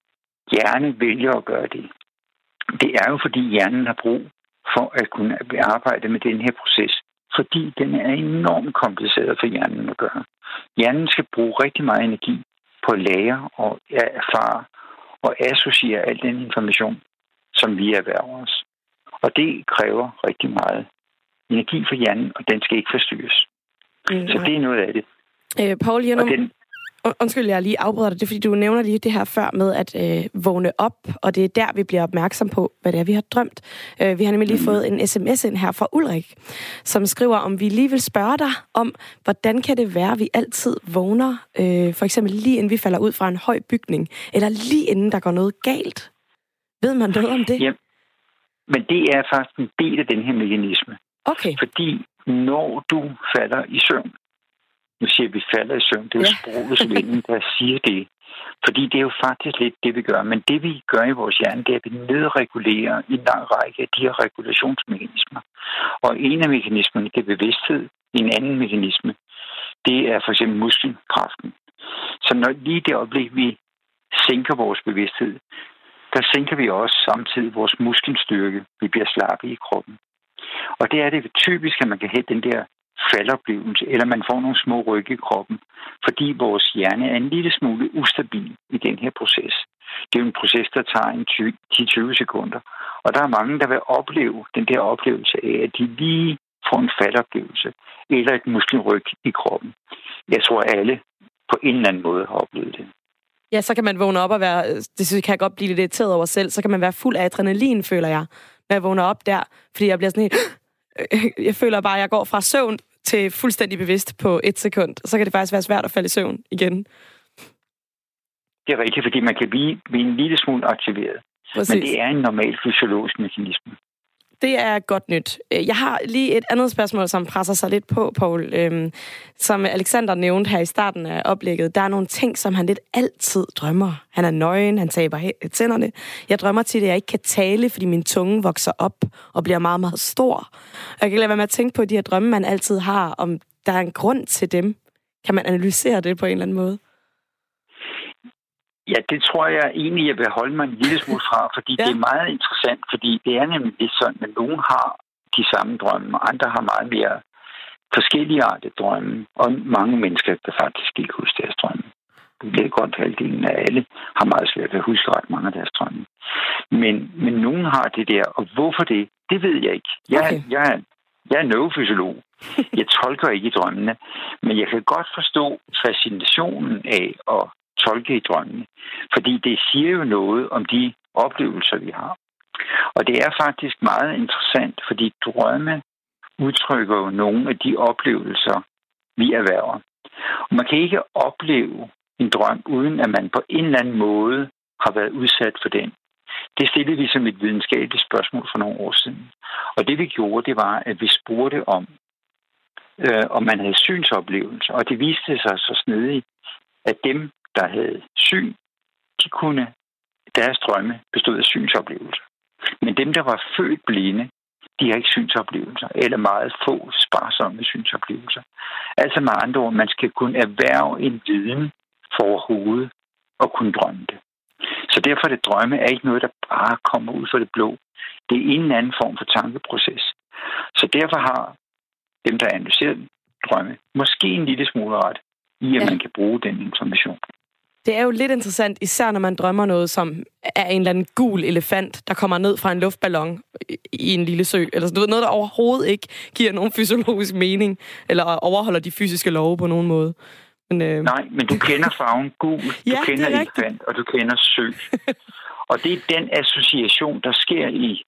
hjerne vælger at gøre det. Det er jo, fordi hjernen har brug for at kunne arbejde med den her proces. Fordi den er enormt kompliceret for hjernen at gøre. Hjernen skal bruge rigtig meget energi på at lære og erfare og associere al den information, som vi erhverver os. Og det kræver rigtig meget energi for hjernen, og den skal ikke forstyrres. Mm, så det er noget af det. Øh, Poul Hjenum, den... undskyld, jeg lige afbryder dig. Det er, fordi du nævner lige det her før med at øh, vågne op, og det er der, vi bliver opmærksom på, hvad det er, vi har drømt. Øh, vi har nemlig lige fået en sms ind her fra Ulrik, som skriver, om vi lige vil spørge dig om, hvordan kan det være, at vi altid vågner, øh, for eksempel lige inden vi falder ud fra en høj bygning, eller lige inden der går noget galt. Ved man noget om det? Ja, men det er faktisk en del af den her mekanisme. Okay. Fordi når du falder i søvn, nu siger vi falder i søvn, det er jo ja. sprogets vinden, der siger det. Fordi det er jo faktisk lidt det, vi gør. Men det, vi gør i vores hjerne, det er, at vi nedregulerer en lang række af de her regulationsmekanismer. Og en af mekanismerne, det er bevidsthed. En anden mekanisme, det er for eksempel muskelkraften. Så når lige det øjeblik, vi sænker vores bevidsthed, der sænker vi også samtidig vores muskelstyrke. Vi bliver slappe i kroppen. Og det er det typisk, at man kan have den der faldoplevelse, eller man får nogle små ryg i kroppen, fordi vores hjerne er en lille smule ustabil i den her proces. Det er jo en proces, der tager en ti til tyve sekunder. Og der er mange, der vil opleve den der oplevelse af, at de lige får en faldoplevelse, eller et muskelryg i kroppen. Jeg tror, alle på en eller anden måde har oplevet det. Ja, så kan man vågne op og være, det synes jeg kan godt blive lidt irriteret over selv, så kan man være fuld af adrenalin, føler jeg, når jeg vågner op der, fordi jeg bliver sådan helt, jeg føler bare, at jeg går fra søvn til fuldstændig bevidst på et sekund. Så kan det faktisk være svært at falde i søvn igen. Det er rigtigt, fordi man kan blive, blive en lille smule aktiveret. Præcis. Men det er en normal fysiologisk mekanisme. Det er godt nyt. Jeg har lige et andet spørgsmål, som presser sig lidt på, Poul. Øhm, som Alexander nævnte her i starten af oplægget. Der er nogle ting, som han lidt altid drømmer. Han er nøgen, han taber tænderne. Jeg drømmer til, at jeg ikke kan tale, fordi min tunge vokser op og bliver meget, meget stor. Jeg kan ikke lade være med at tænke på de her drømme, man altid har, om der er en grund til dem. Kan man analysere det på en eller anden måde? Ja, det tror jeg egentlig, jeg vil holde mig en lille smule fra, fordi ja. det er meget interessant, fordi det er nemlig lidt sådan, at nogen har de samme drømme, og andre har meget mere forskellige arter drømme, og mange mennesker kan faktisk ikke huske deres drømme. Det er godt, at halvdelen af alle har meget svært ved at huske ret mange af deres drømme. Men, men nogen har det der, og hvorfor det, det ved jeg ikke. Jeg, okay. jeg, jeg, jeg er neurofysiolog. Jeg tolker ikke i drømmene, men jeg kan godt forstå fascinationen af at tolke i drømmene. Fordi det siger jo noget om de oplevelser, vi har. Og det er faktisk meget interessant, fordi drømme udtrykker jo nogle af de oplevelser, vi erhverver. Og man kan ikke opleve en drøm, uden at man på en eller anden måde har været udsat for den. Det stillede vi som et videnskabeligt spørgsmål for nogle år siden. Og det vi gjorde, det var, at vi spurgte om, øh, om man havde synsoplevelser. Og det viste sig så snedigt, at dem, der havde syn, de kunne, deres drømme bestod af synsoplevelser. Men dem, der var født blinde, de har ikke synsoplevelser, eller meget få sparsomme synsoplevelser. Altså med andre ord, man skal kunne erhverve en viden for overhovedet at kunne drømme det. Så derfor er det drømme er ikke noget, der bare kommer ud for det blå. Det er en eller anden form for tankeproces. Så derfor har dem, der analyserer drømme, måske en lille smule ret i, at ja. man kan bruge den information. Det er jo lidt interessant, især når man drømmer noget, som er en eller anden gul elefant, der kommer ned fra en luftballon i en lille sø, eller sådan noget, der overhovedet ikke giver nogen fysiologisk mening, eller overholder de fysiske love på nogen måde. Men, øh... Nej, men du kender farven gul, du ja, kender elefant, og du kender sø. Og det er den association, der sker i,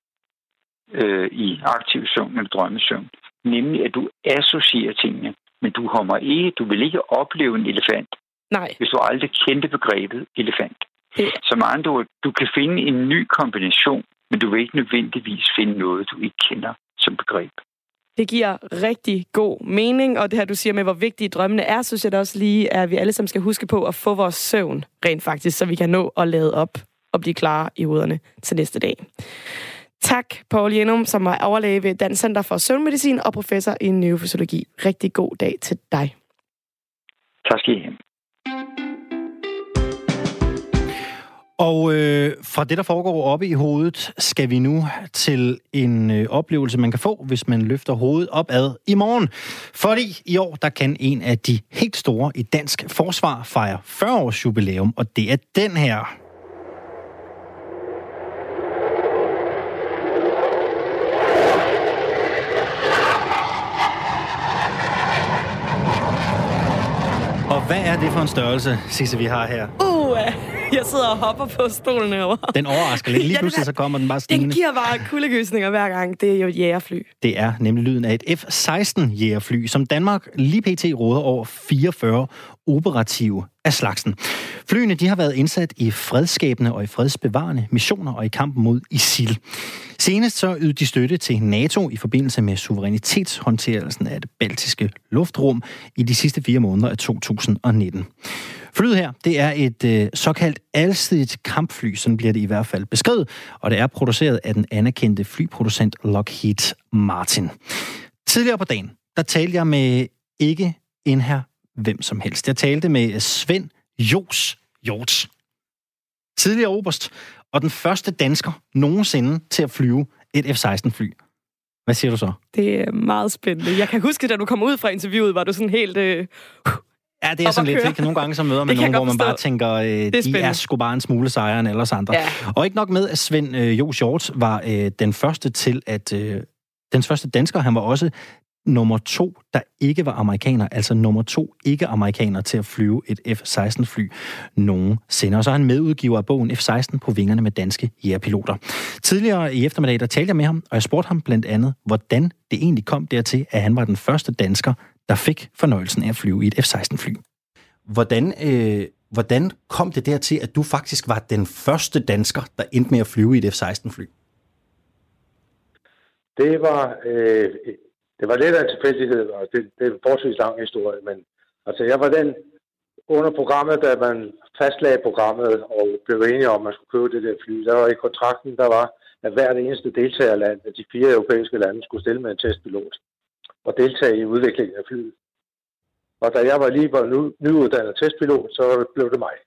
øh, i aktiv søvn eller drømmesøvn. Nemlig, at du associerer tingene, men du kommer ikke, du vil ikke opleve en elefant, nej. Hvis du aldrig kendte begrebet elefant. Ja. Så med andre ord, du kan finde en ny kombination, men du vil ikke nødvendigvis finde noget, du ikke kender som begreb. Det giver rigtig god mening, og det her, du siger med, hvor vigtige drømmene er, synes jeg da også lige, at vi alle sammen skal huske på at få vores søvn rent faktisk, så vi kan nå at lade op og blive klar i hovederne til næste dag. Tak, Poul Jenum, som er overlæge ved Dansk Center for Søvnmedicin og professor i neurofysiologi. Rigtig god dag til dig. Tak skal I have. Og øh, fra det, der foregår oppe i hovedet, skal vi nu til en øh, oplevelse, man kan få, hvis man løfter hovedet opad i morgen. Fordi i år, der kan en af de helt store i dansk forsvar fejre fyrre års jubilæum, og det er den her. Og hvad er det for en størrelse, Sisse, vi har her? Uh, jeg sidder og hopper på stolen herovre. Den overrasker lidt. Lige Ja, pludselig så kommer den bare stigende. Det giver bare kuldegysninger hver gang. Det er jo et jægerfly. Det er nemlig lyden af et F seksten jægerfly, som Danmark lige pt. råder over fireogfyrre operative af slagsen. Flyene de har været indsat i fredsskabende og i fredsbevarende missioner og i kampen mod ISIL. Senest så ydede de støtte til NATO i forbindelse med suverænitetshåndterelsen af det baltiske luftrum i de sidste fire måneder af to tusind og nitten. Flyet her, det er et øh, såkaldt alsidigt kampfly, sådan bliver det i hvert fald beskrevet, og det er produceret af den anerkendte flyproducent Lockheed Martin. Tidligere på dagen, der talte jeg med ikke en her hvem som helst. Jeg talte med Svend Johs Hjorts, tidligere oberst, og den første dansker nogensinde til at flyve et F seksten fly. Hvad siger du så? Det er meget spændende. Jeg kan huske, da du kom ud fra interviewet, var du sådan helt... Øh, Ja, det er sådan lidt, ikke? Nogle gange så møder man nogen, hvor man bare tænker, øh, er de er sgu bare en smule sejere end ellers andre. Ja. Og ikke nok med, at Svend øh, Johs Hjorts var øh, den første til at... Øh, den første dansker, han var også nummer to, der ikke var amerikaner, altså nummer to ikke-amerikaner til at flyve et F seksten fly nogensinde. Og så er han medudgiver af bogen F seksten på vingerne med danske jægerpiloter. Tidligere i eftermiddag, der talte jeg med ham, og jeg spurgte ham blandt andet, hvordan det egentlig kom dertil, at han var den første dansker, der fik fornøjelsen af at flyve i et F seksten fly. Hvordan, øh, hvordan kom det dertil, at du faktisk var den første dansker, der endte med at flyve i et F seksten fly? Det var... Øh Det var lidt af en tilfældighed, og det, det er en forholdsvis lang historie, men altså jeg var den under programmet, da man fastlagde programmet og blev enige om, at man skulle købe det der fly. Der var i kontrakten, der var, at hvert eneste deltagerland af de fire europæiske lande skulle stille med en testpilot og deltage i udviklingen af flyet. Og da jeg var lige var nyuddannet testpilot, så blev det mig.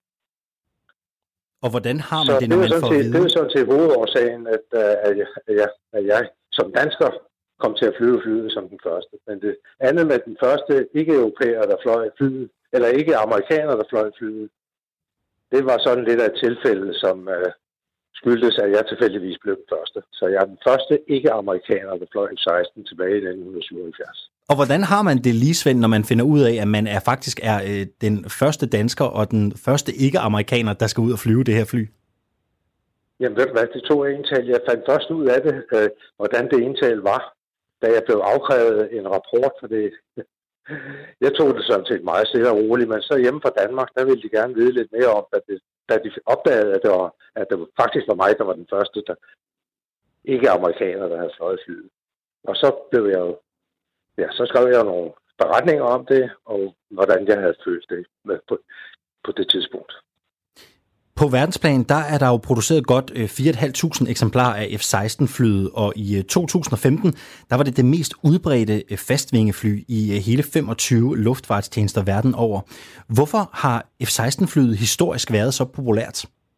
Og hvordan har man så det, når man får at vide? Det er sådan til hovedårsagen, at, at, jeg, at, jeg, at jeg som dansker kom til at flyve flyet som den første. Men det andet med den første ikke-europæer, der fløj flyet, eller ikke-amerikaner, der fløj flyet, det var sådan lidt af et tilfælde, som uh, skyldtes, at jeg tilfældigvis blev den første. Så jeg er den første ikke-amerikaner, der fløj F seksten tilbage i nitten syvoghalvfjerds. Og hvordan har man det lige, Svend, når man finder ud af, at man er faktisk er øh, den første dansker og den første ikke-amerikaner, der skal ud og flyve det her fly? Jamen ved du hvad, det tog ental. Jeg fandt først ud af det, øh, hvordan det ental var, da jeg blev afkrævet en rapport for det. Jeg tog det sådan set meget stille og roligt, men så hjemme fra Danmark, der ville de gerne vide lidt mere om, at det, da de opdagede, at det, var, at det faktisk var mig, der var den første, der ikke amerikaner, der havde fløjet flyet. Og så blev jeg jo, ja, så skrev jeg nogle beretninger om det, og hvordan jeg havde følt det med på, på det tidspunkt. På verdensplan, der er der jo produceret godt fire tusind fem hundrede eksemplarer af F seksten flyet, og i to tusind og femten, der var det det mest udbredte fastvingefly i hele femogtyve luftfartstjenester verden over. Hvorfor har F seksten flyet historisk været så populært?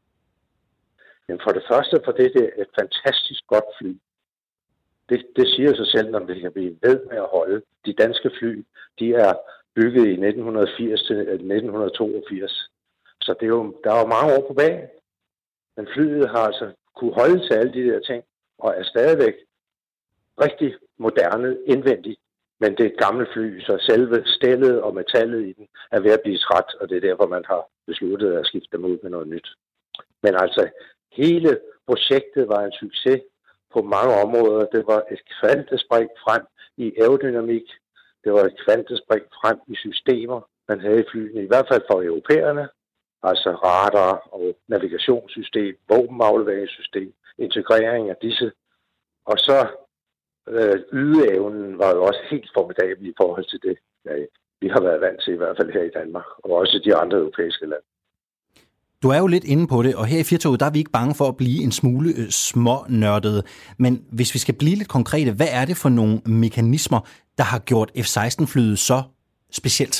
Jamen for det første, for det er et fantastisk godt fly. Det, det siger sig selv, når vi kan blive ved med at holde. De danske fly, de er bygget i nitten firs til nitten toogfirs. Så det er jo, der er jo mange år på bagen. Men flyet har altså kunne holde til alle de der ting, og er stadigvæk rigtig moderne indvendigt. Men det er et gammelt fly, så selve stellet og metallet i den er ved at blive træt, og det er derfor, man har besluttet at skifte dem ud med noget nyt. Men altså, hele projektet var en succes på mange områder. Det var et kvantespring frem i aerodynamik. Det var et kvantespring frem i systemer, man havde i flyene, i hvert fald for europæerne. Altså radar og navigationssystem, våbenafleveringssystem, integrering af disse. Og så øh, ydeevnen var jo også helt formidabel i forhold til det, ja, vi har været vant til, i hvert fald her i Danmark, og også i de andre europæiske lande. Du er jo lidt inde på det, og her i Firtoget, der er vi ikke bange for at blive en smule øh, smånørdede. Men hvis vi skal blive lidt konkrete, hvad er det for nogle mekanismer, der har gjort F seksten-flyet så specielt?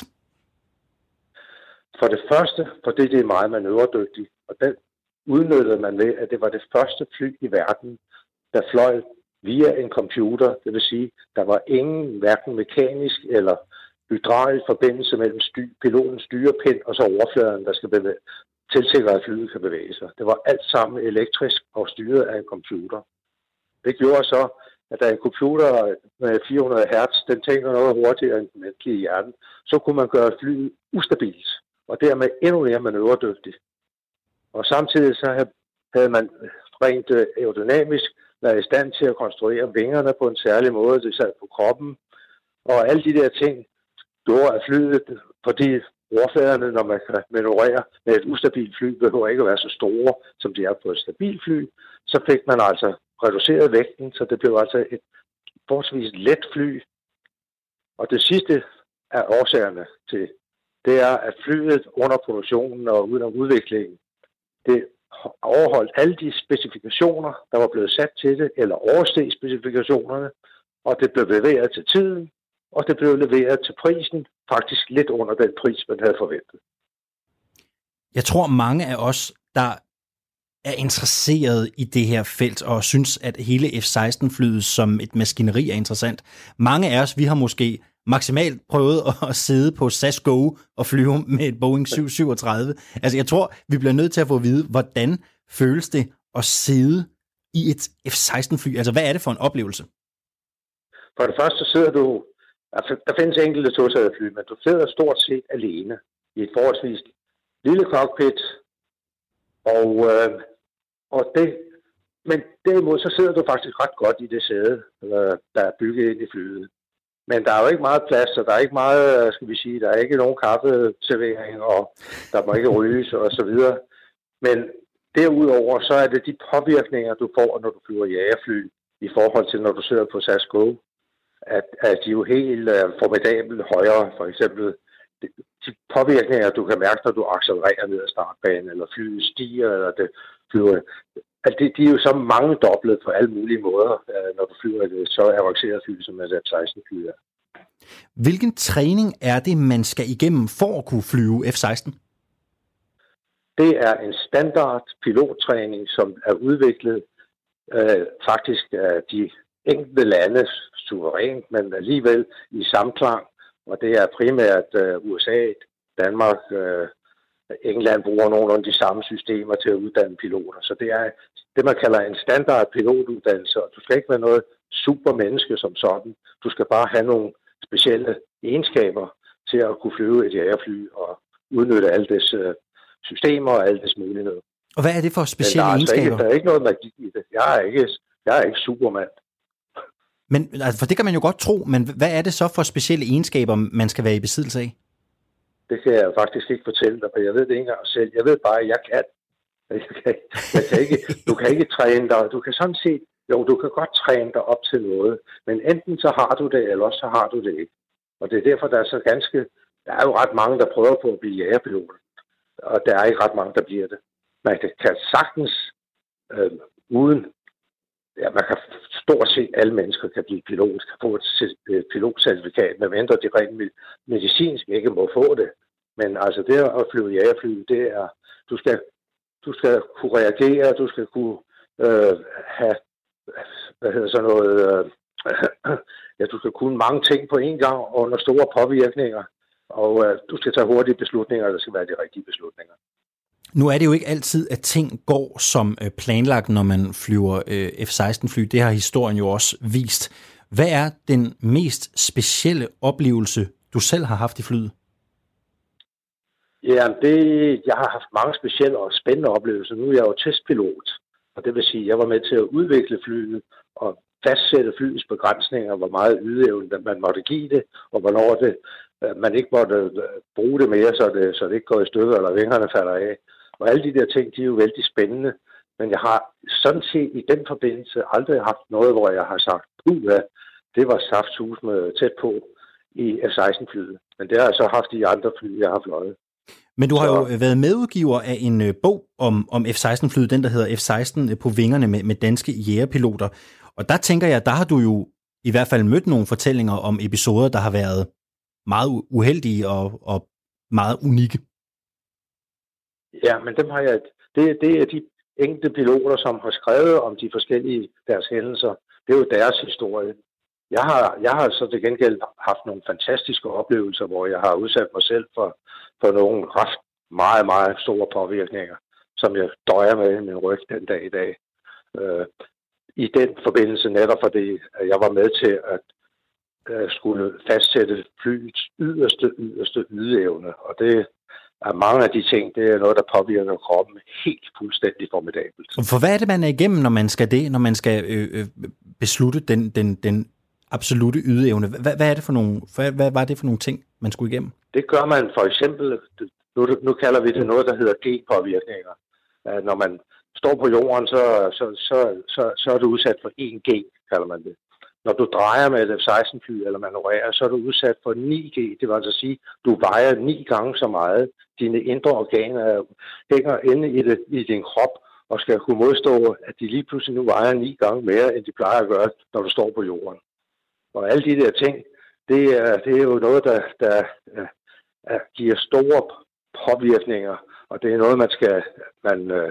For det første, fordi det er meget manøvredygtigt, og den udnyttede man ved, at det var det første fly i verden, der fløj via en computer. Det vil sige, der var ingen hverken mekanisk eller hydraulisk forbindelse mellem styr, pilotens styrepind og så overfladen, der skal bevæge, tilsikre, at flyet kan bevæge sig. Det var alt sammen elektrisk og styret af en computer. Det gjorde så, at da en computer med fire hundrede hertz, den tænker noget hurtigere end den menneskelige hjerne, så kunne man gøre flyet ustabilt, og dermed endnu mere manøvredygtigt. Og samtidig så havde man rent aerodynamisk været i stand til at konstruere vingerne på en særlig måde, det sad på kroppen, og alle de der ting gjorde, at flyet, fordi overfladerne, når man kan manøvrere med et ustabilt fly, behøver ikke at være så store, som de er på et stabilt fly, så fik man altså reduceret vægten, så det blev altså et forholdsvis let fly. Og det sidste af årsagerne til, det er, at flyet under produktionen og under udviklingen, det overholdt alle de specifikationer, der var blevet sat til det, eller oversteg specifikationerne, og det blev leveret til tiden, og det blev leveret til prisen, faktisk lidt under den pris, man havde forventet. Jeg tror, mange af os, der er interesseret i det her felt, og synes, at hele F seksten-flyet som et maskineri er interessant. Mange af os, vi har måske maksimalt prøvet at sidde på S A S Go og flyve med et Boeing syv syvogtredive. Altså, jeg tror, vi bliver nødt til at få at vide, hvordan føles det at sidde i et F seksten-fly? Altså, hvad er det for en oplevelse? For det første sidder du, altså, der findes enkelte tosædede fly, men du sidder stort set alene i et forholdsvis lille cockpit, og, øh, og det, men derimod så sidder du faktisk ret godt i det sæde, øh, der er bygget ind i flyet. Men der er jo ikke meget plads, og der er ikke meget, skal vi sige, der er ikke nogen kaffeservering, og der må ikke ryges og så videre. Men derudover, så er det de påvirkninger, du får, når du flyver jagerfly, i forhold til, når du sidder på S A S Go, at, at de er jo helt uh, formidabelt højere. For eksempel de påvirkninger, du kan mærke, når du accelererer ned ad startbanen, eller flyet stiger, eller det flyver. Altså, de, de er jo så mange doblet på alle mulige måder, når du flyver et så avanceret fly, som et F seksten-fly er. Hvilken træning er det, man skal igennem for at kunne flyve F seksten? Det er en standard pilottræning, som er udviklet øh, faktisk af de enkelte lande suverænt, men alligevel i samklang. Og det er primært øh, U S A, Danmark, øh, England bruger nogle af de samme systemer til at uddanne piloter. Så det er det, man kalder en standard pilotuddannelse, og du skal ikke være noget supermenneske som sådan. Du skal bare have nogle specielle egenskaber til at kunne flyve et jagerfly og udnytte alle dets øh, systemer og alle dets muligheder. Og hvad er det for specielle der er egenskaber? Ikke, der er ikke noget magi i det. Jeg er ikke, jeg er ikke supermand. Men, altså, for det kan man jo godt tro, men hvad er det så for specielle egenskaber, man skal være i besiddelse af? Det kan jeg faktisk ikke fortælle dig, for jeg ved det ikke engang selv. Jeg ved bare, at jeg kan. Jeg kan, jeg kan ikke, du kan ikke træne dig. Du kan sådan set, jo, du kan godt træne dig op til noget, men enten så har du det, eller så har du det ikke. Og det er derfor, der er så ganske, der er jo ret mange, der prøver på at blive jægerpilot, og der er ikke ret mange, der bliver det. Man kan sagtens, øh, uden, ja, man kan stort set alle mennesker kan blive pilot, kan få et pilotcertifikat, medmindre de rent medicinsk ikke må få det. Men altså det at flyve jagerfly, det er, du skal, du skal kunne reagere, du skal kunne øh, have, hvad hedder sådan noget, øh, ja, du skal kunne mange ting på én gang under store påvirkninger, og øh, du skal tage hurtige beslutninger, der skal være de rigtige beslutninger. Nu er det jo ikke altid, at ting går som planlagt, når man flyver F seksten-fly. Det har historien jo også vist. Hvad er den mest specielle oplevelse, du selv har haft i flyet? Ja, det, jeg har haft mange specielle og spændende oplevelser. Nu er jeg jo testpilot, og det vil sige, at jeg var med til at udvikle flyet og fastsætte flyets begrænsninger, hvor meget ydeevne man måtte give det, og hvornår det, man ikke måtte bruge det mere, så det, så det ikke går i stykker, eller vingerne falder af. Og alle de der ting, de er jo vældig spændende. Men jeg har sådan set i den forbindelse aldrig haft noget, hvor jeg har sagt, puha, det var saftsus med tæt på i F seksten-flyet. Men det har jeg så haft i andre fly, jeg har fløjet. Men du har Så, jo været medudgiver af en øh, bog om, om F seksten-flyet, den der hedder F seksten på vingerne med, med danske jægerpiloter. Og der tænker jeg, der har du jo i hvert fald mødt nogle fortællinger om episoder, der har været meget uheldige og, og meget unikke. Ja, men dem har jeg... Det, det er de enkelte piloter, som har skrevet om de forskellige deres hændelser. Det er jo deres historie. Jeg har, jeg har så til gengæld haft nogle fantastiske oplevelser, hvor jeg har udsat mig selv for, for nogle ret meget, meget store påvirkninger, som jeg døjer med i min ryg den dag i dag. Øh, I den forbindelse netop fordi, at jeg var med til at øh, skulle fastsætte flyets yderste, yderste ydeevne. Og det er mange af de ting, det er noget, der påvirker kroppen helt fuldstændig formidabelt. For hvad er det, man er igennem, når man skal det, når man skal øh, øh, beslutte den, den, den absolute ydeevne? Hvad, hvad er det for nogle, hvad, hvad var det for nogle ting, man skulle igennem? Det gør man for eksempel, nu, nu kalder vi det noget, der hedder G-påvirkninger. Når man står på jorden, så, så, så, så, så er du udsat for en G, kalder man det. Når du drejer med et F seksten-fly eller manøvrerer, så er du udsat for ni G. Det vil altså sige, du vejer ni gange så meget. Dine indre organer hænger inde i, det, i din krop og skal kunne modstå, at de lige pludselig nu vejer ni gange mere, end de plejer at gøre, når du står på jorden. Og alle de der ting, det er, det er jo noget, der, der uh, giver store påvirkninger, og det er noget, man skal... Man, uh,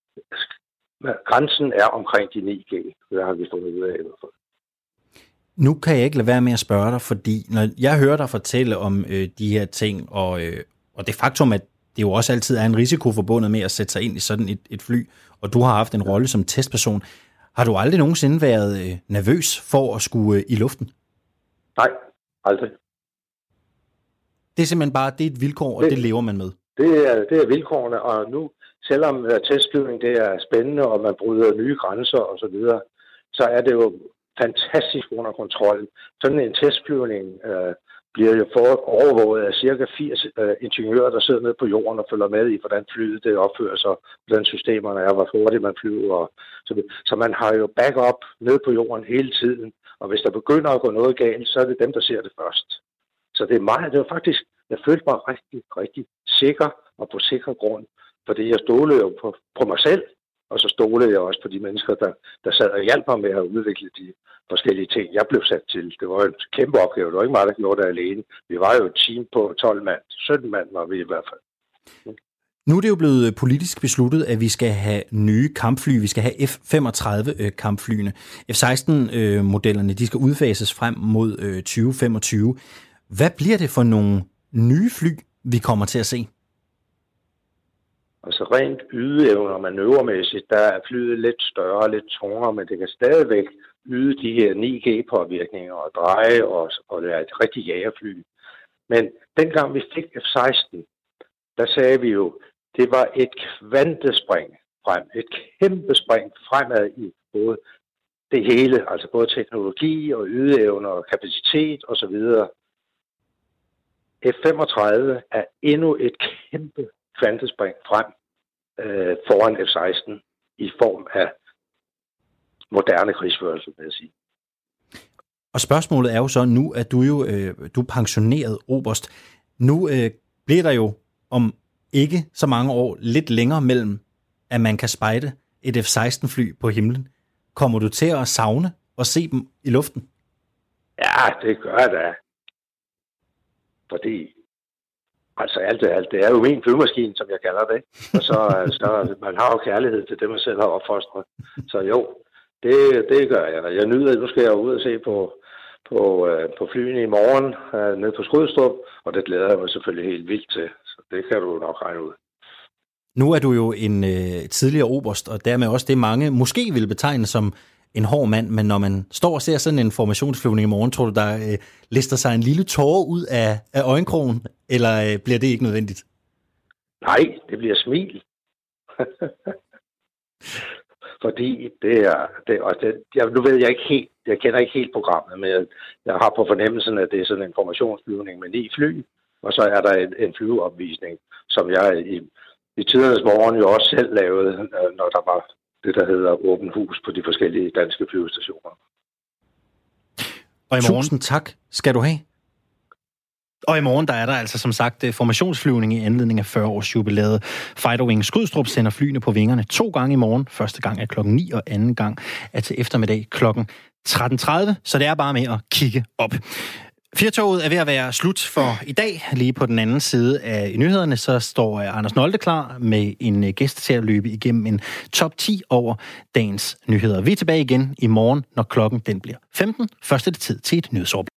grænsen er omkring de ni G. Det har vi fundet ud af i hvert fald. Nu kan jeg ikke lade være med at spørge dig, fordi når jeg hører dig fortælle om øh, de her ting, og, øh, og det faktum, at det jo også altid er en risiko forbundet med at sætte sig ind i sådan et, et fly, og du har haft en rolle som testperson, har du aldrig nogensinde været øh, nervøs for at skulle øh, i luften? Nej, aldrig. Det er simpelthen bare, det er et vilkår, og det, det lever man med? Det er, det er vilkårene, og nu, selvom testflyvning det er spændende, og man bryder nye grænser osv., så, så er det jo fantastisk under kontrol. Sådan en testflyvning øh, bliver jo for, overvåget af cirka firs øh, ingeniører, der sidder nede på jorden og følger med i, hvordan flyet det opfører sig, hvordan systemerne er, hvor hurtigt man flyver. Og, så, så man har jo backup nede på jorden hele tiden, og hvis der begynder at gå noget galt, så er det dem, der ser det først. Så det er meget, det var faktisk, jeg følte mig rigtig, rigtig sikker og på sikker grund, fordi jeg stolede jo på, på mig selv, og så stolede jeg også på de mennesker, der, der sad og hjalp mig med at udvikle de forskellige ting, jeg blev sat til. Det var jo en kæmpe opgave. Det var ikke mig, der gjorde det alene. Vi var jo et team på tolv mand. sytten mand var vi i hvert fald. Mm. Nu er det jo blevet politisk besluttet, at vi skal have nye kampfly. Vi skal have F femogtredive kampflyene. F seksten-modellerne, de skal udfases frem mod tyve femogtyve. Hvad bliver det for nogle nye fly, vi kommer til at se? Altså rent ydeevne og manøvremæssigt, der er flyet lidt større og lidt tungere, men det kan stadigvæk yde de her ni G-påvirkninger og dreje og, og det er et rigtigt jagerfly. Men dengang vi fik F seksten, der sagde vi jo, det var et kvantespring frem. Et kæmpe spring fremad i både det hele, altså både teknologi og ydeevne og kapacitet osv. F femogtredive er endnu et kæmpe kvantespring frem øh, foran F seksten i form af moderne krigsførelse, vil jeg sige. Og spørgsmålet er jo så nu, at du jo øh, du er pensioneret oberst. Nu øh, bliver der jo om ikke så mange år lidt længere mellem, at man kan spejde et F seksten-fly på himlen. Kommer du til at savne og se dem i luften? Ja, det gør jeg da. Fordi altså alt det, alt det er jo min flyvemaskine, som jeg kalder det. Og så, så man har jo kærlighed til det, man selv har opfostret. Så jo, det, det gør jeg. Jeg nyder, at nu skal jeg ud og se på, på, på flyene i morgen nede på Skrydstrup, og det glæder jeg mig selvfølgelig helt vildt til. Så det kan du nok regne ud. Nu er du jo en øh, tidligere oberst, og dermed også det mange måske vil betegne som en hård mand, men når man står og ser sådan en formationsflyvning i morgen, tror du, der øh, lister sig en lille tåre ud af, af øjenkrogen, eller øh, bliver det ikke nødvendigt? Nej, det bliver smil. Fordi det er... Det, og det, jeg, nu ved jeg ikke helt, jeg kender ikke helt programmet, men jeg, jeg har på fornemmelsen, at det er sådan en formationsflyvning med ni fly, og så er der en, en flyveopvisning, som jeg i, i tidernes morgen jo også selv lavede, når der var det, der hedder åbent hus på de forskellige danske flyvestationer. Og i morgen, tusind tak skal du have. Og i morgen der er der altså som sagt formationsflyvning i anledning af fyrre års jubilæet. Fighterwing Skrydstrup sender flyene på vingerne to gange i morgen. Første gang er klokken ni, og anden gang er til eftermiddag klokken tretten tredive. Så det er bare med at kigge op. Firtoget er ved at være slut for i dag. Lige på den anden side af nyhederne, så står Anders Nolde klar med en gæst til at løbe igennem en top ti over dagens nyheder. Vi er tilbage igen i morgen, når klokken den bliver femten. Først er det tid til et nyhedsoverblik.